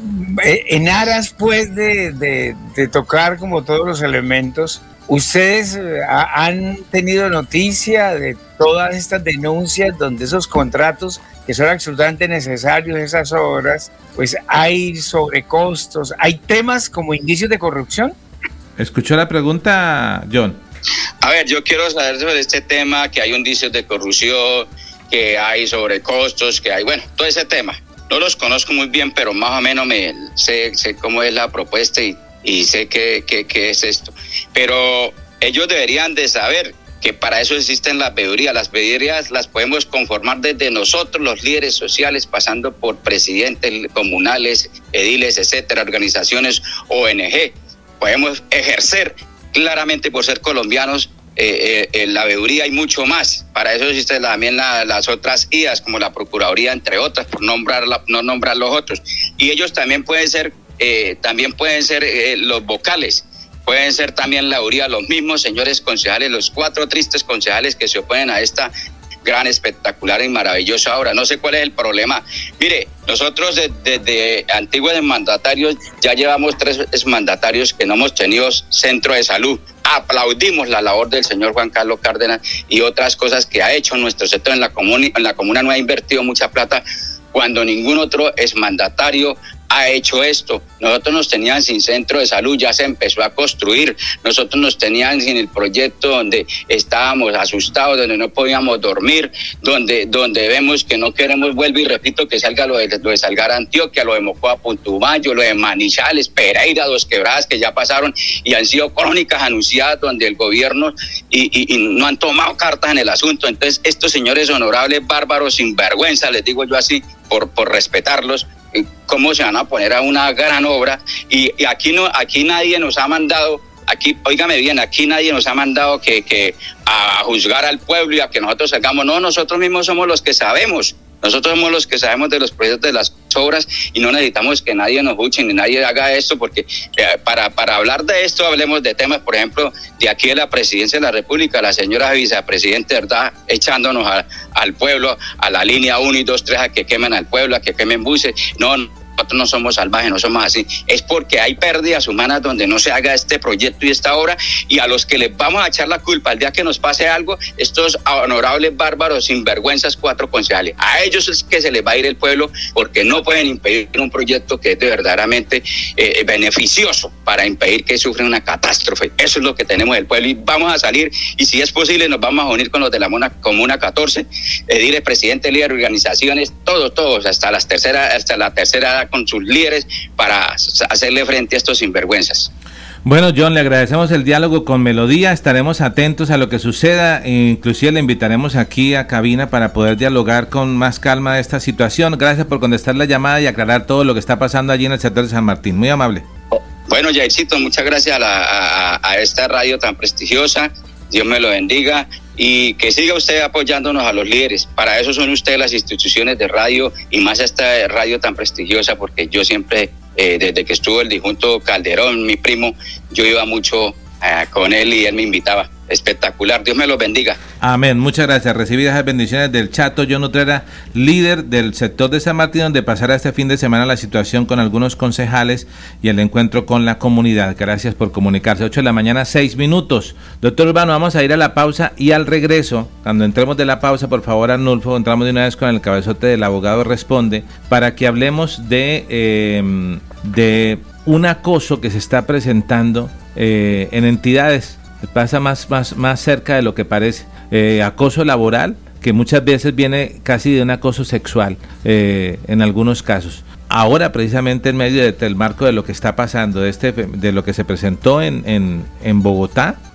[SPEAKER 7] en aras pues de, de, de tocar como todos los elementos, ¿ustedes han tenido noticia de todas estas denuncias donde esos contratos que son absolutamente necesarios, esas obras, pues hay sobrecostos, hay temas como indicios de corrupción?
[SPEAKER 2] ¿Escuchó la pregunta, John?
[SPEAKER 10] A ver, yo quiero saber sobre este tema, que hay indicios de corrupción, que hay sobrecostos, que hay, bueno, todo ese tema. No los conozco muy bien, pero más o menos me sé, sé cómo es la propuesta y, y sé qué, qué, qué es esto. Pero ellos deberían de saber que para eso existen las veedurías. Las veedurías las podemos conformar desde nosotros, los líderes sociales, pasando por presidentes comunales, ediles, etcétera, organizaciones O N G. Podemos ejercer claramente por ser colombianos eh, eh, la veeduría y mucho más. Para eso existen también la, las otras I A S, como la Procuraduría, entre otras, por nombrar la, no nombrar los otros. Y ellos también pueden ser, eh, también pueden ser eh, los vocales. Pueden ser también la veeduría, los mismos señores concejales, los cuatro tristes concejales que se oponen a esta gran, espectacular y maravillosa obra. No sé cuál es el problema. Mire, nosotros desde, desde antiguos mandatarios ya llevamos tres mandatarios que no hemos tenido centro de salud. Aplaudimos la labor del señor Juan Carlos Cárdenas y otras cosas que ha hecho nuestro sector en la comuna. En la comuna no ha invertido mucha plata cuando ningún otro exmandatario ha hecho esto. Nosotros nos tenían sin centro de salud, ya se empezó a construir. Nosotros nos tenían sin el proyecto donde estábamos asustados, donde no podíamos dormir, donde, donde vemos que no queremos, vuelvo y repito, que salga lo de, lo de Salgar Antioquia, lo de Mocoa Puntumayo, lo de Manizales, Pereira, Dos Quebradas, que ya pasaron y han sido crónicas anunciadas donde el gobierno y, y, y no han tomado cartas en el asunto. Entonces estos señores honorables, bárbaros, sinvergüenza, les digo yo así, por, por respetarlos, cómo se van a poner a una gran obra. Y, y aquí no, aquí nadie nos ha mandado, aquí, óigame bien, aquí nadie nos ha mandado que, que a juzgar al pueblo y a que nosotros salgamos. No, nosotros mismos somos los que sabemos. Nosotros somos los que sabemos de los proyectos de las obras y no necesitamos que nadie nos escuche ni nadie haga esto, porque eh, para, para hablar de esto hablemos de temas, por ejemplo, de aquí de la presidencia de la República, la señora vicepresidenta, ¿verdad?, echándonos a, al pueblo, a la línea uno y dos, tres, a que quemen al pueblo, a que quemen buses. No, nosotros no somos salvajes, no somos así. Es porque hay pérdidas humanas donde no se haga este proyecto y esta obra, y a los que les vamos a echar la culpa el día que nos pase algo, estos honorables bárbaros sinvergüenzas cuatro concejales, a ellos es que se les va a ir el pueblo, porque no pueden impedir un proyecto que es de verdaderamente eh, beneficioso para impedir que sufran una catástrofe. Eso es lo que tenemos el pueblo, y vamos a salir, y si es posible nos vamos a unir con los de la Comuna catorce, ediles, presidente, líder, organizaciones, todos, todos, hasta las tercera, hasta la tercera edad, con sus líderes, para hacerle frente a estos sinvergüenzas.
[SPEAKER 2] Bueno, John, le agradecemos el diálogo con Melodía, estaremos atentos a lo que suceda, inclusive le invitaremos aquí a cabina para poder dialogar con más calma de esta situación. Gracias por contestar la llamada y aclarar todo lo que está pasando allí en el sector de San Martín, muy amable.
[SPEAKER 10] Bueno, Jaircito, muchas gracias a, la, a, a esta radio tan prestigiosa, Dios me lo bendiga, y que siga usted apoyándonos a los líderes. Para eso son ustedes las instituciones de radio, y más esta radio tan prestigiosa, porque yo siempre, eh, desde que estuvo el difunto Calderón, mi primo, yo iba mucho eh, con él y él me invitaba. Espectacular, Dios me los bendiga. Amén,
[SPEAKER 2] muchas gracias. Recibidas las bendiciones del Chato John Utrera, líder del sector de San Martín, donde pasará este fin de semana la situación con algunos concejales y el encuentro con la comunidad. Gracias por comunicarse. ocho de la mañana, seis minutos. Doctor Urbano, vamos a ir a la pausa, y al regreso, cuando entremos de la pausa, por favor, Arnulfo, entramos de una vez con el cabezote del abogado Responde, para que hablemos de, eh, de un acoso que se está presentando eh, en entidades. Pasa más, más, más cerca de lo que parece. Eh, acoso laboral, que muchas veces viene casi de un acoso sexual, eh, en algunos casos. Ahora, precisamente en medio de, del marco de lo que está pasando, de, este, de lo que se presentó en, en, en Bogotá,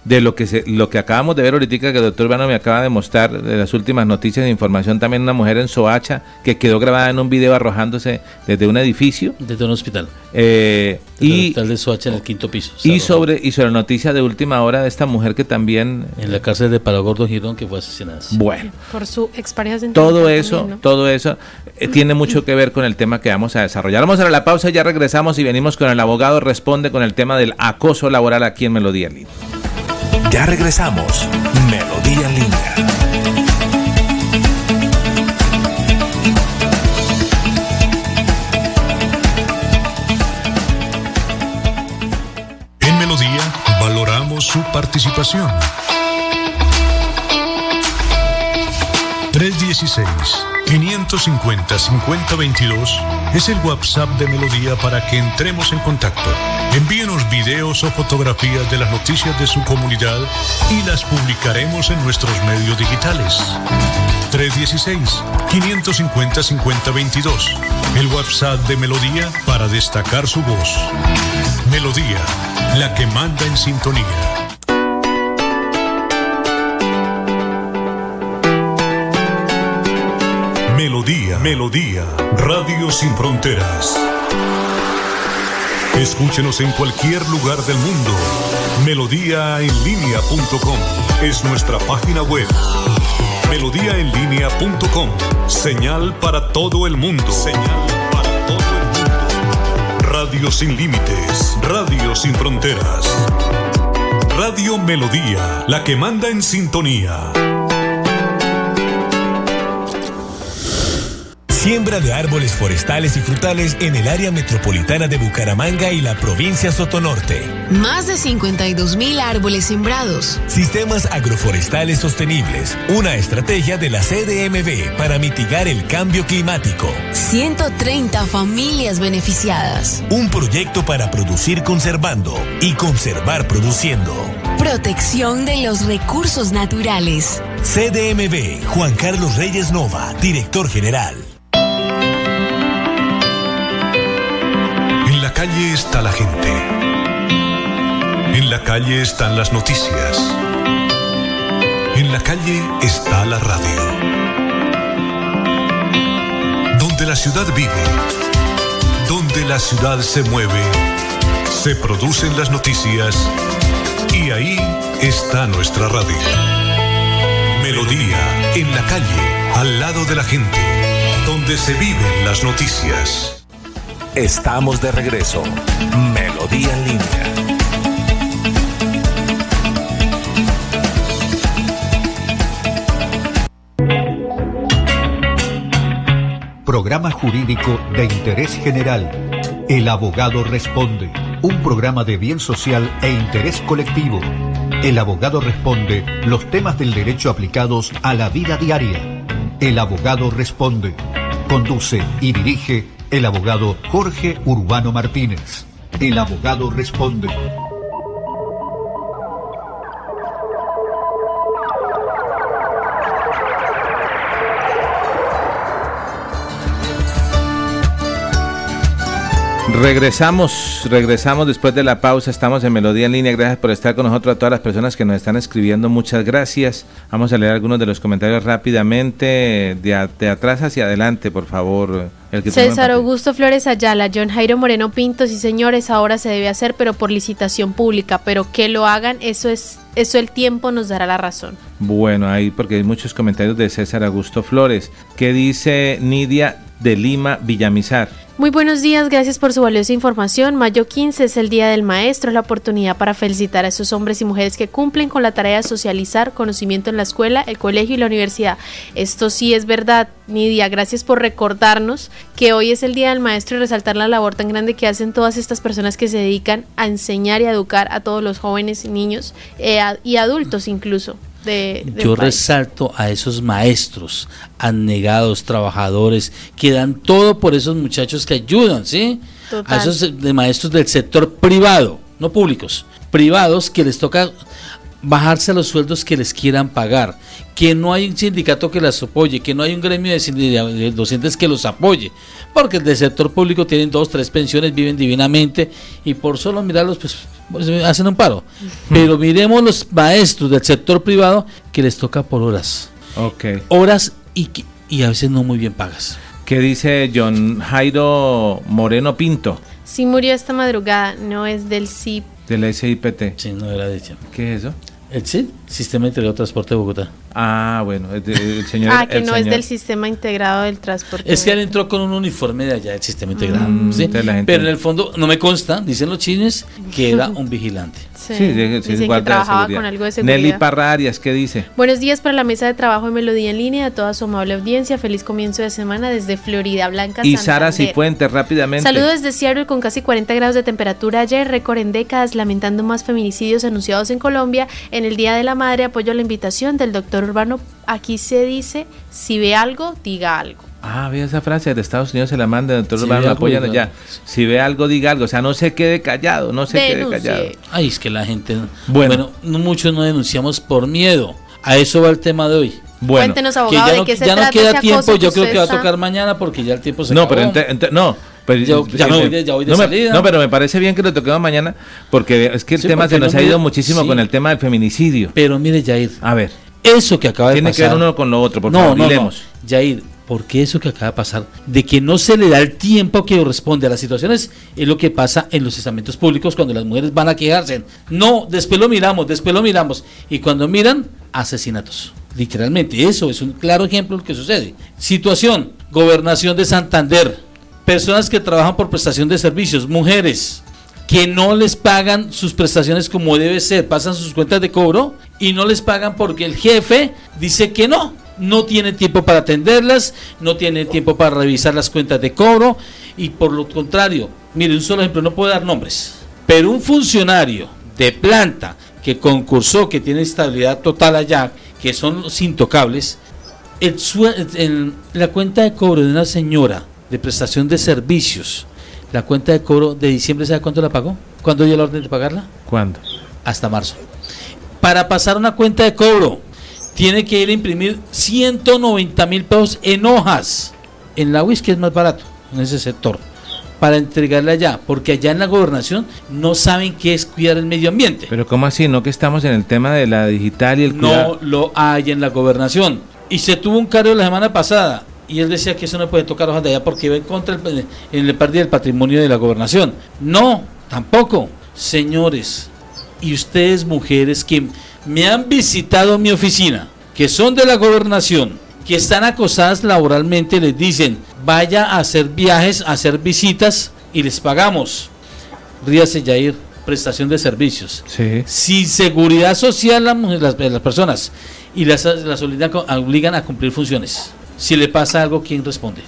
[SPEAKER 2] de lo que se, lo que acabamos de ver ahorita, que el doctor Urbano me acaba de mostrar, de las últimas noticias de información, también una mujer en Soacha que quedó grabada en un video arrojándose desde un edificio.
[SPEAKER 5] Desde un hospital.
[SPEAKER 2] Eh,
[SPEAKER 5] desde
[SPEAKER 2] y,
[SPEAKER 5] el hospital de Soacha en el quinto piso.
[SPEAKER 2] Y sobre, y sobre la noticia de última hora de esta mujer que también...
[SPEAKER 5] En la cárcel de Palo Gordo, Girón, que fue asesinada.
[SPEAKER 2] Bueno.
[SPEAKER 4] Por su expareja sentimental.
[SPEAKER 2] Todo eso,
[SPEAKER 4] también, ¿no?
[SPEAKER 2] todo eso eh, tiene mucho que ver con el tema que vamos a desarrollar. Vamos a la pausa, ya regresamos y venimos con el abogado responde con el tema del acoso laboral aquí en Melodía en Línea.
[SPEAKER 1] Ya regresamos. Melodía en Línea.
[SPEAKER 3] En Melodía valoramos su participación. tres dieciséis, quinientos cincuenta, cincuenta veintidós es el WhatsApp de Melodía para que entremos en contacto. Envíenos videos o fotografías de las noticias de su comunidad y las publicaremos en nuestros medios digitales. tres dieciséis, quinientos cincuenta, cincuenta veintidós, el WhatsApp de Melodía para destacar su voz. Melodía, la que manda en sintonía. Melodía, Melodía, Radio Sin Fronteras. Escúchenos en cualquier lugar del mundo. melodía en línea punto com es nuestra página web. melodía en línea punto com, señal para todo el mundo. Señal para todo el mundo. Radio sin límites, Radio sin fronteras. Radio Melodía, la que manda en sintonía.
[SPEAKER 11] Siembra de árboles forestales y frutales en el área metropolitana de Bucaramanga y la provincia Sotonorte.
[SPEAKER 12] Más de cincuenta y dos mil árboles sembrados.
[SPEAKER 11] Sistemas agroforestales sostenibles. Una estrategia de la C D M V para mitigar el cambio climático.
[SPEAKER 12] ciento treinta familias beneficiadas.
[SPEAKER 11] Un proyecto para producir conservando y conservar produciendo.
[SPEAKER 12] Protección de los recursos naturales.
[SPEAKER 11] C D M V, Juan Carlos Reyes Nova, director general.
[SPEAKER 3] En la calle está la gente. En la calle están las noticias. En la calle está la radio. Donde la ciudad vive, donde la ciudad se mueve, se producen las noticias y ahí está nuestra radio. Melodía, en la calle, al lado de la gente, donde se viven las noticias.
[SPEAKER 1] Estamos de regreso. Melodía en Línea.
[SPEAKER 13] Programa jurídico de interés general. El abogado responde. Un programa de bien social e interés colectivo. El abogado responde los temas del derecho aplicados a la vida diaria. El abogado responde. Conduce y dirige el abogado Jorge Urbano Martínez. El abogado responde.
[SPEAKER 2] Regresamos, regresamos después de la pausa, estamos en Melodía en Línea, gracias por estar con nosotros, a todas las personas que nos están escribiendo, muchas gracias. Vamos a leer algunos de los comentarios rápidamente, de, a, de atrás hacia adelante, por favor. El que
[SPEAKER 4] César Augusto Flores Ayala, John Jairo Moreno Pinto, sí señores, ahora se debe hacer, pero por licitación pública, pero que lo hagan, eso es, eso el tiempo nos dará la razón.
[SPEAKER 2] Bueno, ahí porque hay muchos comentarios de César Augusto Flores. ¿Qué dice Nidia de Lima Villamizar?
[SPEAKER 4] Muy buenos días, gracias por su valiosa información. Mayo quince es el Día del Maestro, es la oportunidad para felicitar a esos hombres y mujeres que cumplen con la tarea de socializar conocimiento en la escuela, el colegio y la universidad. Esto sí es verdad, Nidia, gracias por recordarnos que hoy es el Día del Maestro y resaltar la labor tan grande que hacen todas estas personas que se dedican a enseñar y a educar a todos los jóvenes y niños eh, y adultos incluso. De, de
[SPEAKER 5] Yo resalto a esos maestros abnegados, trabajadores, que dan todo por esos muchachos que ayudan, ¿sí? Total. A esos de maestros del sector privado, no públicos, privados, que les toca bajarse a los sueldos que les quieran pagar, que no hay un sindicato que las apoye, que no hay un gremio de docentes que los apoye, porque el del sector público tienen dos, tres pensiones, viven divinamente y por solo mirarlos pues, pues hacen un paro. Pero miremos los maestros del sector privado que les toca por horas,
[SPEAKER 2] okay.
[SPEAKER 5] horas y, y a veces no muy bien pagas.
[SPEAKER 2] ¿Qué dice John Jairo Moreno Pinto?
[SPEAKER 4] Sí murió esta madrugada, no es del S I P.
[SPEAKER 2] Del S I P T.
[SPEAKER 5] Sí, no era de hecho.
[SPEAKER 2] ¿Qué es eso?
[SPEAKER 5] El S I P, Sistema Integrado de Transporte de Bogotá.
[SPEAKER 2] Ah, bueno, el, el señor.
[SPEAKER 4] Ah, que
[SPEAKER 2] el
[SPEAKER 4] no
[SPEAKER 2] señor.
[SPEAKER 4] es del Sistema Integrado del Transporte.
[SPEAKER 5] Es que él entró con un uniforme de allá del Sistema Integrado.
[SPEAKER 2] Mm,
[SPEAKER 5] ¿sí?
[SPEAKER 2] la gente...
[SPEAKER 5] Pero en el fondo, no me consta, dicen los chines, que era un vigilante.
[SPEAKER 4] Sí,
[SPEAKER 2] sí, sí,
[SPEAKER 4] dicen
[SPEAKER 2] sí,
[SPEAKER 4] que trabajaba con algo de seguridad.
[SPEAKER 2] Nelly Parra Arias, ¿qué dice?
[SPEAKER 4] Buenos días para la mesa de trabajo de Melodía en Línea, a toda su amable audiencia. Feliz comienzo de semana desde Florida Blanca,
[SPEAKER 2] Y
[SPEAKER 4] Santander.
[SPEAKER 2] Sara Cifuentes, rápidamente.
[SPEAKER 4] Saludos desde Seattle con casi cuarenta grados de temperatura ayer, récord en décadas, lamentando más feminicidios anunciados en Colombia. En el Día de la Madre apoyo la invitación del doctor Urbano. Aquí se dice, si ve algo, diga algo.
[SPEAKER 2] Ah, ve esa frase, de Estados Unidos se la manda, doctor
[SPEAKER 5] Si
[SPEAKER 2] Urbano,
[SPEAKER 5] ve
[SPEAKER 2] la
[SPEAKER 5] algo,
[SPEAKER 2] apoyan
[SPEAKER 5] diga.
[SPEAKER 2] allá. Si ve algo, diga algo. O sea, no se quede callado, no se quede
[SPEAKER 4] Denuncie.
[SPEAKER 2] callado.
[SPEAKER 5] Ay, es que la gente.
[SPEAKER 2] Bueno,
[SPEAKER 5] bueno no, muchos no denunciamos por miedo. A eso va el tema de hoy.
[SPEAKER 2] Bueno,
[SPEAKER 4] Cuéntenos,
[SPEAKER 5] Que
[SPEAKER 4] abogado,
[SPEAKER 5] ya
[SPEAKER 4] de
[SPEAKER 5] no,
[SPEAKER 4] qué se
[SPEAKER 5] ya no
[SPEAKER 4] trata
[SPEAKER 5] queda
[SPEAKER 4] ese
[SPEAKER 5] tiempo,
[SPEAKER 4] acoso
[SPEAKER 5] yo creo
[SPEAKER 4] usted
[SPEAKER 5] que va a
[SPEAKER 4] está-
[SPEAKER 5] tocar mañana porque ya el tiempo se
[SPEAKER 2] no,
[SPEAKER 5] acabó.
[SPEAKER 2] pero ente, ente, no. Pero,
[SPEAKER 5] Yo- ya me voy de- ya voy de
[SPEAKER 2] no, me-
[SPEAKER 5] salida.
[SPEAKER 2] no, pero me parece bien que lo toquemos mañana porque es que el
[SPEAKER 5] Sí,
[SPEAKER 2] tema
[SPEAKER 5] porque
[SPEAKER 2] se nos
[SPEAKER 5] no
[SPEAKER 2] ha
[SPEAKER 5] me-
[SPEAKER 2] ido muchísimo
[SPEAKER 5] sí.
[SPEAKER 2] con el tema del feminicidio.
[SPEAKER 5] Pero mire, Yair,
[SPEAKER 2] A ver,
[SPEAKER 5] eso que acaba de
[SPEAKER 2] tiene
[SPEAKER 5] pasar.
[SPEAKER 2] que ver uno con lo otro, por
[SPEAKER 5] no,
[SPEAKER 2] favor,
[SPEAKER 5] no, no,
[SPEAKER 2] dilemos.
[SPEAKER 5] Yair, porque eso que acaba de pasar, de que no se le da el tiempo que corresponde a las situaciones, es lo que pasa en los estamentos públicos cuando las mujeres van a quejarse. No, después lo miramos, después lo miramos. Y cuando miran, asesinatos. Literalmente, eso es un claro ejemplo de lo que sucede. Situación, Gobernación de Santander. Personas que trabajan por prestación de servicios, mujeres, que no les pagan sus prestaciones como debe ser, pasan sus cuentas de cobro y no les pagan porque el jefe dice que no, no tiene tiempo para atenderlas, no tiene tiempo para revisar las cuentas de cobro y por lo contrario, mire, un solo ejemplo, no puedo dar nombres, pero un funcionario de planta que concursó, que tiene estabilidad total allá, que son los intocables, el, sue- el- la cuenta de cobro de una señora de prestación de servicios, la cuenta de cobro de diciembre, ¿sabe cuánto la pagó? ¿Cuándo dio la orden de pagarla?
[SPEAKER 2] ¿Cuándo?
[SPEAKER 5] Hasta marzo. Para pasar una cuenta de cobro, tiene que ir a imprimir ciento noventa mil pesos en hojas. En la U I S, que es más barato, en ese sector, para entregarla allá, porque allá en la gobernación no saben qué es cuidar el medio ambiente.
[SPEAKER 2] Pero ¿cómo así? ¿No que estamos en el tema de la digital y el
[SPEAKER 5] No
[SPEAKER 2] cuidado?
[SPEAKER 5] lo hay en la gobernación. Y se tuvo un cargo la semana pasada y él decía que eso no puede tocar hojas de allá porque va en contra del, en el pérdida del patrimonio de la gobernación. No, tampoco. Señores, y ustedes mujeres que me han visitado mi oficina, que son de la gobernación, que están acosadas laboralmente, les dicen, vaya a hacer viajes, a hacer visitas y les pagamos. Ríase, Yair, prestación de servicios.
[SPEAKER 2] Sí.
[SPEAKER 5] Sin seguridad social la mujer- las, las personas y las, las obligan, obligan a cumplir funciones. Si le pasa algo, ¿quién responde?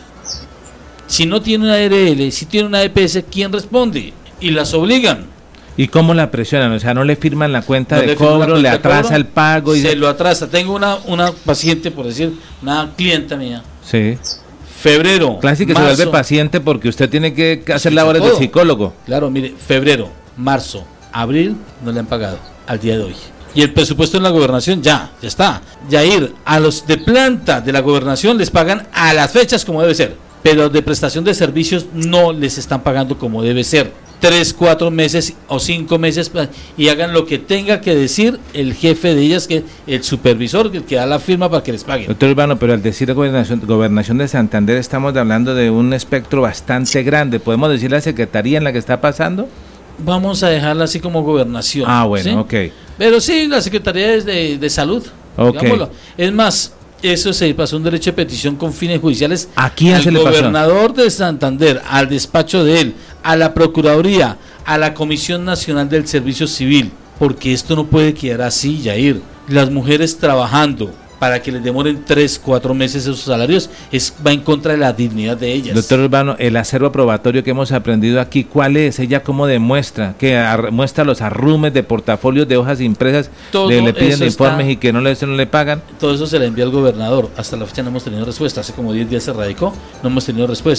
[SPEAKER 5] Si no tiene una A R L, si tiene una E P S, ¿quién responde? Y las obligan.
[SPEAKER 2] ¿Y cómo la presionan? O sea, no le firman la cuenta
[SPEAKER 5] No
[SPEAKER 2] de
[SPEAKER 5] le firma la
[SPEAKER 2] cobro,
[SPEAKER 5] cuenta
[SPEAKER 2] le
[SPEAKER 5] de
[SPEAKER 2] atrasa
[SPEAKER 5] cobro,
[SPEAKER 2] el pago y
[SPEAKER 5] se lo atrasa. Tengo una, una paciente, por decir, una clienta mía.
[SPEAKER 2] Sí.
[SPEAKER 5] Febrero.
[SPEAKER 2] Clásico que se
[SPEAKER 5] marzo.
[SPEAKER 2] vuelve paciente porque usted tiene que hacer labores de
[SPEAKER 5] todo.
[SPEAKER 2] psicólogo.
[SPEAKER 5] Claro, mire, febrero, marzo, abril no le han pagado al día de hoy. Y el presupuesto en la gobernación ya, ya está. Yair, a los de planta de la gobernación les pagan a las fechas como debe ser, pero de prestación de servicios no les están pagando como debe ser. Tres, cuatro meses o cinco meses y hagan lo que tenga que decir el jefe de ellas, que el supervisor, que, que da la firma para que les paguen.
[SPEAKER 2] Doctor Urbano, pero al decir gobernación, gobernación de Santander estamos hablando de un espectro bastante grande. ¿Podemos decir la secretaría en la que está pasando?
[SPEAKER 5] Vamos a dejarla así como gobernación.
[SPEAKER 2] Ah, bueno,
[SPEAKER 5] ¿sí?
[SPEAKER 2] ok.
[SPEAKER 5] Pero sí, la Secretaría es de, de Salud.
[SPEAKER 2] Ok.
[SPEAKER 5] Digámoslo. Es más, eso se pasó un derecho de petición con fines judiciales
[SPEAKER 2] ¿A quién
[SPEAKER 5] al
[SPEAKER 2] se le pasó?
[SPEAKER 5] gobernador de Santander, al despacho de él, a la Procuraduría, a la Comisión Nacional del Servicio Civil, porque esto no puede quedar así, Yair. Las mujeres trabajando para que les demoren tres, cuatro meses esos salarios, es, va en contra de la dignidad de ellas.
[SPEAKER 2] Doctor Urbano, el acervo probatorio que hemos aprendido aquí, ¿cuál es? ¿Ella cómo demuestra? Que ar- muestra los arrumes de portafolios de hojas impresas,
[SPEAKER 5] Todo
[SPEAKER 2] de, le piden
[SPEAKER 5] eso
[SPEAKER 2] informes
[SPEAKER 5] está-
[SPEAKER 2] y que no le, no le pagan.
[SPEAKER 5] Todo eso se le envía al gobernador. Hasta la fecha no hemos tenido respuesta. Hace como diez días se radicó, no hemos tenido respuesta.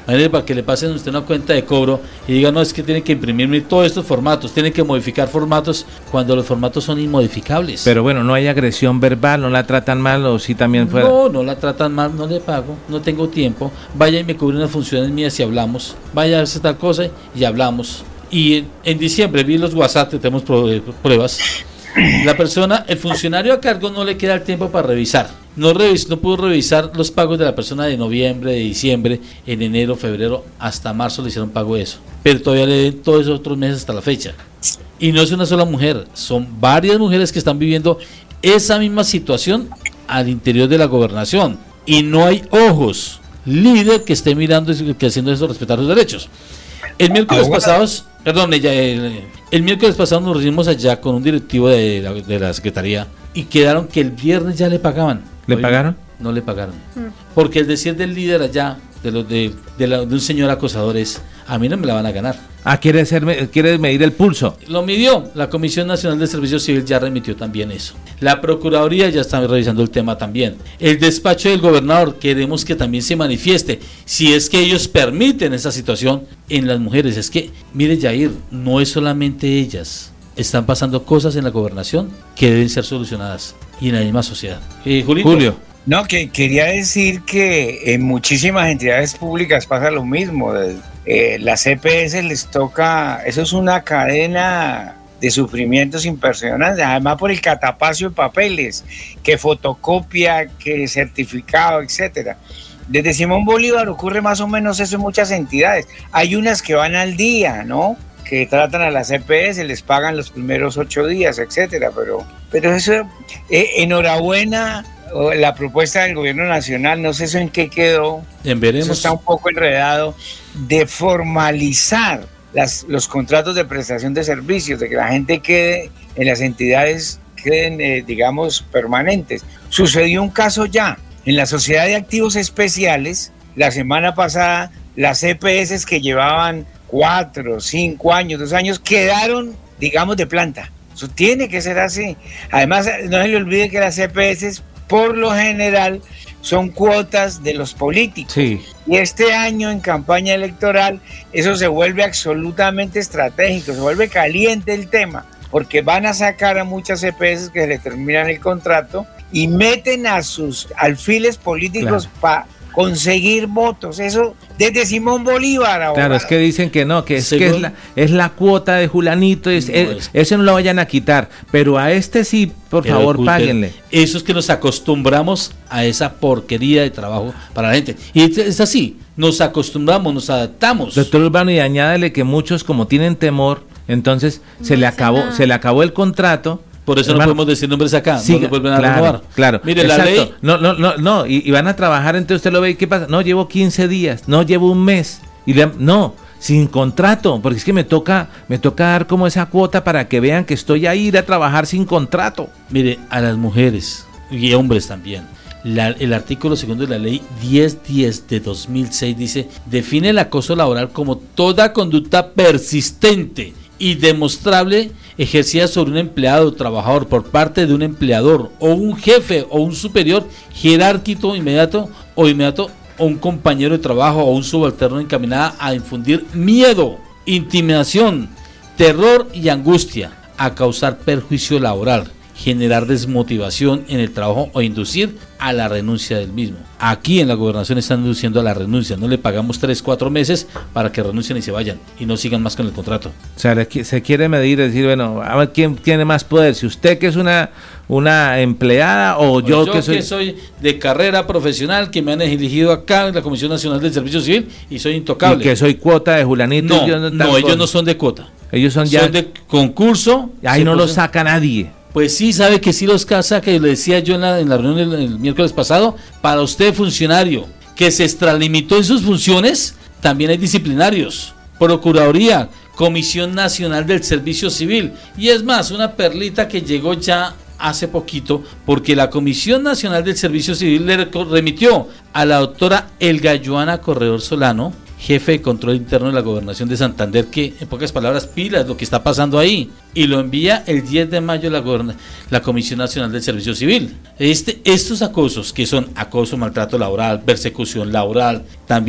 [SPEAKER 5] para que le pasen a usted una cuenta de cobro y diga, no, es que tiene que imprimirme todos estos formatos, tiene que modificar formatos cuando los formatos son inmodificables.
[SPEAKER 2] Pero bueno, no hay agresión verbal, no la tratan mal o si también fuera.
[SPEAKER 5] No, no la tratan mal, no le pago, no tengo tiempo, vaya y me cubre unas funciones mías y hablamos, vaya a hacer tal cosa y hablamos. Y en, en diciembre vi los WhatsApp, tenemos pruebas. La persona, el funcionario a cargo no le queda el tiempo para revisar. No, revis, no pudo revisar los pagos de la persona de noviembre, de diciembre, en enero, febrero, hasta marzo le hicieron pago de eso. Pero todavía le den todos esos otros meses hasta la fecha. Y no es una sola mujer, son varias mujeres que están viviendo esa misma situación al interior de la gobernación. Y no hay ojos, líder que esté mirando y que haciendo eso respetar los derechos. El miércoles pasado, perdón, ella, el, el miércoles pasado nos reunimos allá con un directivo de la, de la Secretaría y quedaron que el viernes ya le pagaban.
[SPEAKER 2] ¿Le Hoy pagaron?
[SPEAKER 5] No le pagaron. Mm. Porque el decir del líder allá, de, los de, de, la, de un señor acosador es, a mí no me la van a ganar.
[SPEAKER 2] Ah, quiere, ser, quiere medir el pulso.
[SPEAKER 5] Lo midió. La Comisión Nacional de Servicio Civil ya remitió también eso. La Procuraduría ya está revisando el tema también. El despacho del gobernador, queremos que también se manifieste, si es que ellos permiten esa situación en las mujeres. Es que, mire Yair, no es solamente ellas. Están pasando cosas en la gobernación que deben ser solucionadas y en la misma sociedad. Eh,
[SPEAKER 2] Julio.
[SPEAKER 7] No, que quería decir que en muchísimas entidades públicas pasa lo mismo. Eh, las E P S les toca, eso es una cadena de sufrimientos impresionantes, además por el catapacio de papeles, que fotocopia, que certificado, etcétera. Desde Simón Bolívar ocurre más o menos eso en muchas entidades. Hay unas que van al día, ¿no?, que tratan a las E P S, les pagan los primeros ocho días, etcétera. Pero, pero eso, eh, enhorabuena. La propuesta del gobierno nacional, no sé eso en qué quedó,
[SPEAKER 5] en veremos.
[SPEAKER 7] Eso está un poco enredado, de formalizar las, los contratos de prestación de servicios, de que la gente quede en las entidades, queden, eh, digamos, permanentes. Sucedió un caso ya, en la Sociedad de Activos Especiales, la semana pasada, las E P S que llevaban cuatro, cinco años, dos años, quedaron, digamos, de planta. Eso tiene que ser así. Además, no se le olvide que las E P S por lo general son cuotas de los políticos.
[SPEAKER 2] Sí.
[SPEAKER 7] Y este año en campaña electoral eso se vuelve absolutamente estratégico, se vuelve caliente el tema, porque van a sacar a muchas E P S que se le terminan el contrato y meten a sus alfiles políticos claro. para conseguir votos. Eso desde Simón Bolívar ahora.
[SPEAKER 2] Claro, es que dicen que no, que es Según... que es la, es la cuota de Julanito, es, no, es, es... ese no lo vayan a quitar, pero a este sí, por pero favor, páguenle.
[SPEAKER 5] Eso es que nos acostumbramos a esa porquería de trabajo para la gente. Y es así, nos acostumbramos, nos adaptamos.
[SPEAKER 2] Doctor Urbano, y añádele que muchos, como tienen temor, entonces no se le acabó, nada. se le acabó el contrato.
[SPEAKER 5] Por eso hermano, no podemos decir nombres acá,
[SPEAKER 2] sí,
[SPEAKER 5] no lo vuelven a
[SPEAKER 2] claro,
[SPEAKER 5] renovar.
[SPEAKER 2] Claro,
[SPEAKER 5] mire
[SPEAKER 2] exacto.
[SPEAKER 5] la ley.
[SPEAKER 2] No, no, no, no, y, y van a trabajar, entonces usted lo ve y ¿qué pasa? No, llevo quince días, no, llevo un mes. Y le, no, sin contrato, porque es que me toca, me toca dar como esa cuota para que vean que estoy ahí ir a trabajar sin contrato.
[SPEAKER 5] Mire, a las mujeres y hombres también. La, el artículo segundo de la ley diez diez de dos mil seis dice, define el acoso laboral como toda conducta persistente y demostrable ejercida sobre un empleado o trabajador por parte de un empleador o un jefe o un superior jerárquico inmediato o inmediato o un compañero de trabajo o un subalterno encaminada a infundir miedo, intimidación, terror y angustia, a causar perjuicio laboral, generar desmotivación en el trabajo o inducir a la renuncia del mismo. Aquí en la gobernación están induciendo a la renuncia, no le pagamos tres, cuatro meses para que renuncien y se vayan y no sigan más con el contrato.
[SPEAKER 2] O sea, se quiere medir, decir, bueno, a ver quién tiene más poder, si usted que es una, una empleada o, o yo,
[SPEAKER 5] yo
[SPEAKER 2] que soy...
[SPEAKER 5] que soy de carrera profesional, que me han elegido acá en la Comisión Nacional del Servicio Civil y soy intocable.
[SPEAKER 2] Y que soy cuota de Julanito.
[SPEAKER 5] No, yo no, no ellos no son de cuota.
[SPEAKER 2] Ellos son ya...
[SPEAKER 5] Son de concurso.
[SPEAKER 2] Ahí no lo saca nadie.
[SPEAKER 5] Pues sí, sabe que sí los casa, que le decía yo en la, en la reunión el, el miércoles pasado, para usted funcionario que se extralimitó en sus funciones, también hay disciplinarios, Procuraduría, Comisión Nacional del Servicio Civil, y es más, una perlita que llegó ya hace poquito, porque la Comisión Nacional del Servicio Civil le remitió a la doctora Elga Joana Corredor Solano, jefe de control interno de la Gobernación de Santander, que en pocas palabras pilas lo que está pasando ahí, y lo envía el diez de mayo la, goberna, la Comisión Nacional del Servicio Civil. Este, estos acosos, que son acoso, maltrato laboral, persecución laboral, también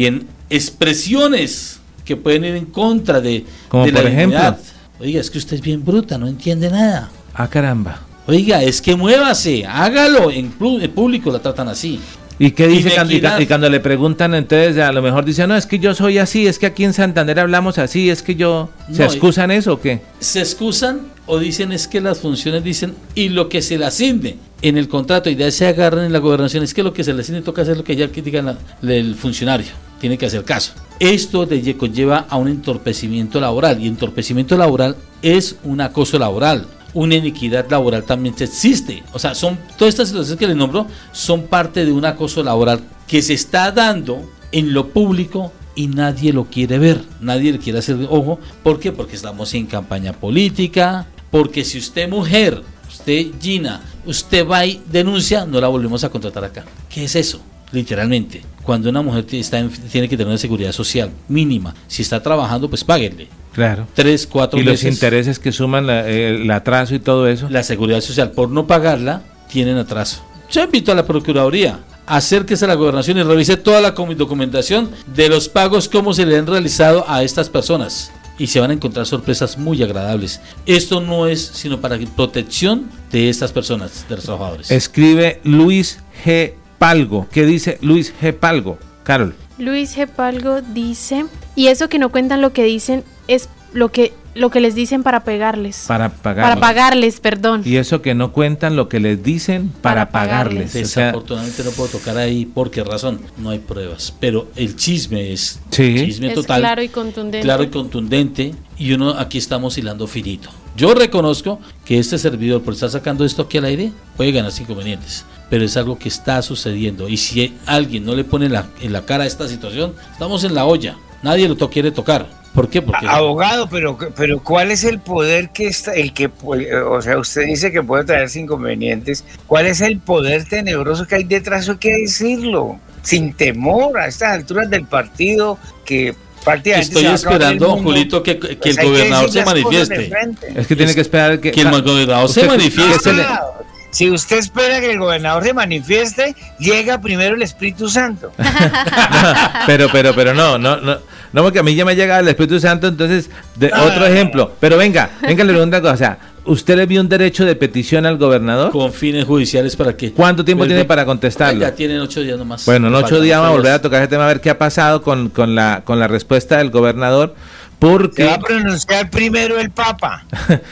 [SPEAKER 5] expresiones que pueden ir en contra de,
[SPEAKER 2] como
[SPEAKER 5] de
[SPEAKER 2] por
[SPEAKER 5] la
[SPEAKER 2] ejemplo.
[SPEAKER 5] dignidad. Oiga, es que usted es bien bruta, no entiende nada.
[SPEAKER 2] Ah, caramba.
[SPEAKER 5] Oiga, es que muévase, hágalo. En, en público la tratan así.
[SPEAKER 2] ¿Y qué dice cuando, y cuando le preguntan? Entonces a lo mejor dice, no, es que yo soy así, es que aquí en Santander hablamos así, es que yo... ¿Se
[SPEAKER 5] No,
[SPEAKER 2] excusan eso o qué?
[SPEAKER 5] Se excusan o dicen es que las funciones dicen y lo que se le asigne en el contrato y ya se agarran en la gobernación es que lo que se le asigne toca hacer lo que ya diga la, el funcionario, tiene que hacer caso. Esto de conlleva a un entorpecimiento laboral y entorpecimiento laboral es un acoso laboral. Una iniquidad laboral también existe. O sea, son todas estas situaciones que les nombro son parte de un acoso laboral que se está dando en lo público y nadie lo quiere ver, nadie le quiere hacer ojo. ¿Por qué? Porque estamos en campaña política, porque si usted mujer, usted Gina, usted va y denuncia, no la volvemos a contratar acá. ¿Qué es eso? Literalmente, cuando una mujer está en, tiene que tener una seguridad social mínima, si está trabajando, pues páguenle.
[SPEAKER 2] Claro.
[SPEAKER 5] Tres, cuatro
[SPEAKER 2] y
[SPEAKER 5] meses.
[SPEAKER 2] Y los intereses que suman la, el atraso y todo eso.
[SPEAKER 5] La seguridad social, por no pagarla, tienen atraso. Yo invito a la Procuraduría, acérquese a la gobernación y revise toda la documentación de los pagos, cómo se le han realizado a estas personas. Y se van a encontrar sorpresas muy agradables. Esto no es sino para protección de estas personas, de los trabajadores.
[SPEAKER 2] Escribe Luis G. Palgo. ¿Qué dice Luis G. Palgo? Carol.
[SPEAKER 4] Luis G. Palgo dice, y eso que no cuentan lo que dicen es lo que lo que les dicen para pegarles.
[SPEAKER 2] Para pagarles.
[SPEAKER 4] Para pagarles, perdón.
[SPEAKER 2] Y eso que no cuentan lo que les dicen para, para pagarles.
[SPEAKER 5] pagarles. Desafortunadamente o sea, no puedo tocar ahí. ¿Por qué razón? No hay pruebas. Pero el chisme es
[SPEAKER 2] sí.
[SPEAKER 5] chisme
[SPEAKER 4] es
[SPEAKER 5] total.
[SPEAKER 4] Claro y contundente.
[SPEAKER 5] Claro y contundente. Y uno aquí estamos hilando finito. Yo reconozco que este servidor, por estar sacando esto aquí al aire, puede ganar inconvenientes. Pero es algo que está sucediendo. Y si alguien no le pone la, en la cara a esta situación, estamos en la olla. Nadie lo to- quiere tocar. ¿Por qué? Porque
[SPEAKER 7] abogado, pero pero ¿cuál es el poder que está, el que, o sea, usted dice que puede traerse inconvenientes? ¿Cuál es el poder tenebroso que hay detrás? Eso hay que decirlo, sin temor a estas alturas del partido que prácticamente
[SPEAKER 5] estoy esperando, Julito, que, que pues el gobernador se manifieste.
[SPEAKER 2] Es que tiene que esperar que,
[SPEAKER 5] que el gobernador se manifieste.
[SPEAKER 7] Ah, si usted espera que el gobernador se manifieste, llega primero el Espíritu Santo.
[SPEAKER 2] no, pero, pero, pero no, no, no, no, porque a mí ya me ha llegado el Espíritu Santo, entonces, de, no, otro no, ejemplo. No. Pero venga, venga, le pregunto una cosa, o sea, ¿usted le vio un derecho de petición al gobernador?
[SPEAKER 5] Con fines judiciales, ¿para qué?
[SPEAKER 2] ¿Cuánto tiempo tiene para contestarlo?
[SPEAKER 5] Ya tienen ocho días nomás.
[SPEAKER 2] Bueno, en ocho días vamos a volver a tocar ese tema, a ver qué ha pasado con, con, la, con la respuesta del gobernador. Porque,
[SPEAKER 7] se va a pronunciar primero el Papa.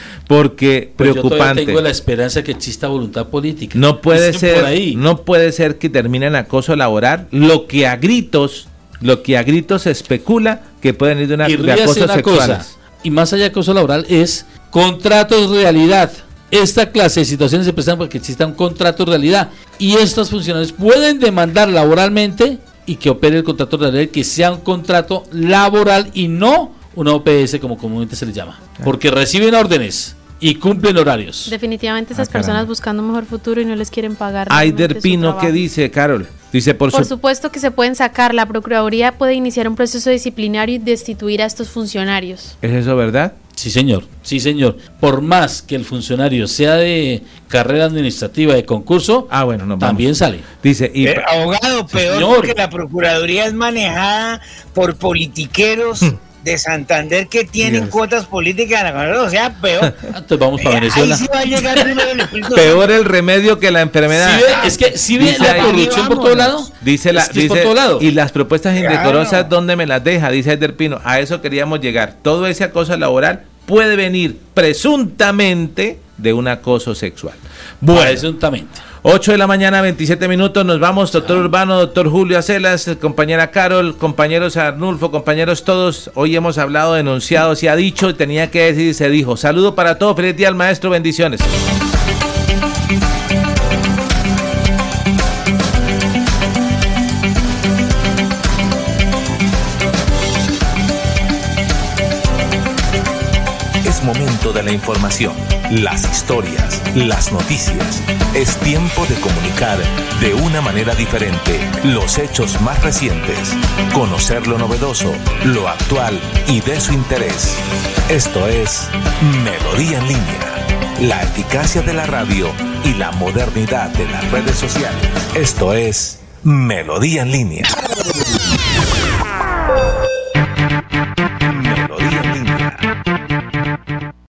[SPEAKER 2] Porque
[SPEAKER 5] pues
[SPEAKER 2] preocupante.
[SPEAKER 5] Yo tengo la esperanza que exista voluntad política.
[SPEAKER 2] No puede ser, no puede ser que termine en acoso laboral, lo que a gritos, lo que a gritos se especula que pueden ir de una
[SPEAKER 5] y
[SPEAKER 2] de acosos sexuales.
[SPEAKER 5] Cosa, y más allá de acoso laboral es contratos realidad. Esta clase de situaciones se presentan porque exista un contrato realidad y estos funcionarios pueden demandar laboralmente y que opere el contrato realidad, que sea un contrato laboral y no una O P S como comúnmente se le llama, porque reciben órdenes y cumplen horarios.
[SPEAKER 4] Definitivamente esas ah, personas buscando un mejor futuro y no les quieren pagar.
[SPEAKER 2] Aider Pino, ¿qué dice, Carol? Dice por,
[SPEAKER 4] por
[SPEAKER 2] su...
[SPEAKER 4] supuesto que se pueden sacar, la Procuraduría puede iniciar un proceso disciplinario y destituir a estos funcionarios.
[SPEAKER 2] ¿Es eso verdad?
[SPEAKER 5] Sí, señor, sí, señor. Por más que el funcionario sea de carrera administrativa, de concurso,
[SPEAKER 2] ah, bueno, no,
[SPEAKER 5] también sale.
[SPEAKER 2] Dice, y...
[SPEAKER 7] Pero, abogado, peor señor. Porque la Procuraduría es manejada por politiqueros de Santander que tienen Dios. Cuotas políticas, o sea, peor.
[SPEAKER 5] Entonces vamos para Venezuela.
[SPEAKER 7] Ahí sí va a llegar primero el Espíritu
[SPEAKER 2] peor el remedio que la enfermedad.
[SPEAKER 5] ¿Sí ve? Es que si ¿sí ve la ahí, corrupción por todo lado.
[SPEAKER 2] Dice la,
[SPEAKER 5] es que
[SPEAKER 2] dice,
[SPEAKER 5] es por todo lado.
[SPEAKER 2] Y las propuestas
[SPEAKER 7] claro.
[SPEAKER 2] indecorosas, ¿dónde me las deja? Dice Aider Pino. A eso queríamos llegar. Todo ese acoso laboral puede venir presuntamente de un acoso sexual.
[SPEAKER 5] Bueno, presuntamente.
[SPEAKER 2] ocho de la mañana, veintisiete minutos, nos vamos, doctor ah. Urbano, doctor Julio Acelas, compañera Carol, compañeros Arnulfo, compañeros todos, hoy hemos hablado de enunciados y ha dicho, tenía que decir y se dijo. Saludo para todos, feliz día al maestro, bendiciones.
[SPEAKER 1] Momento de la información, las historias, las noticias. Es tiempo de comunicar de una manera diferente los hechos más recientes, conocer lo novedoso, lo actual y de su interés. Esto es Melodía en Línea, la eficacia de la radio y la modernidad de las redes sociales. Esto es Melodía en Línea.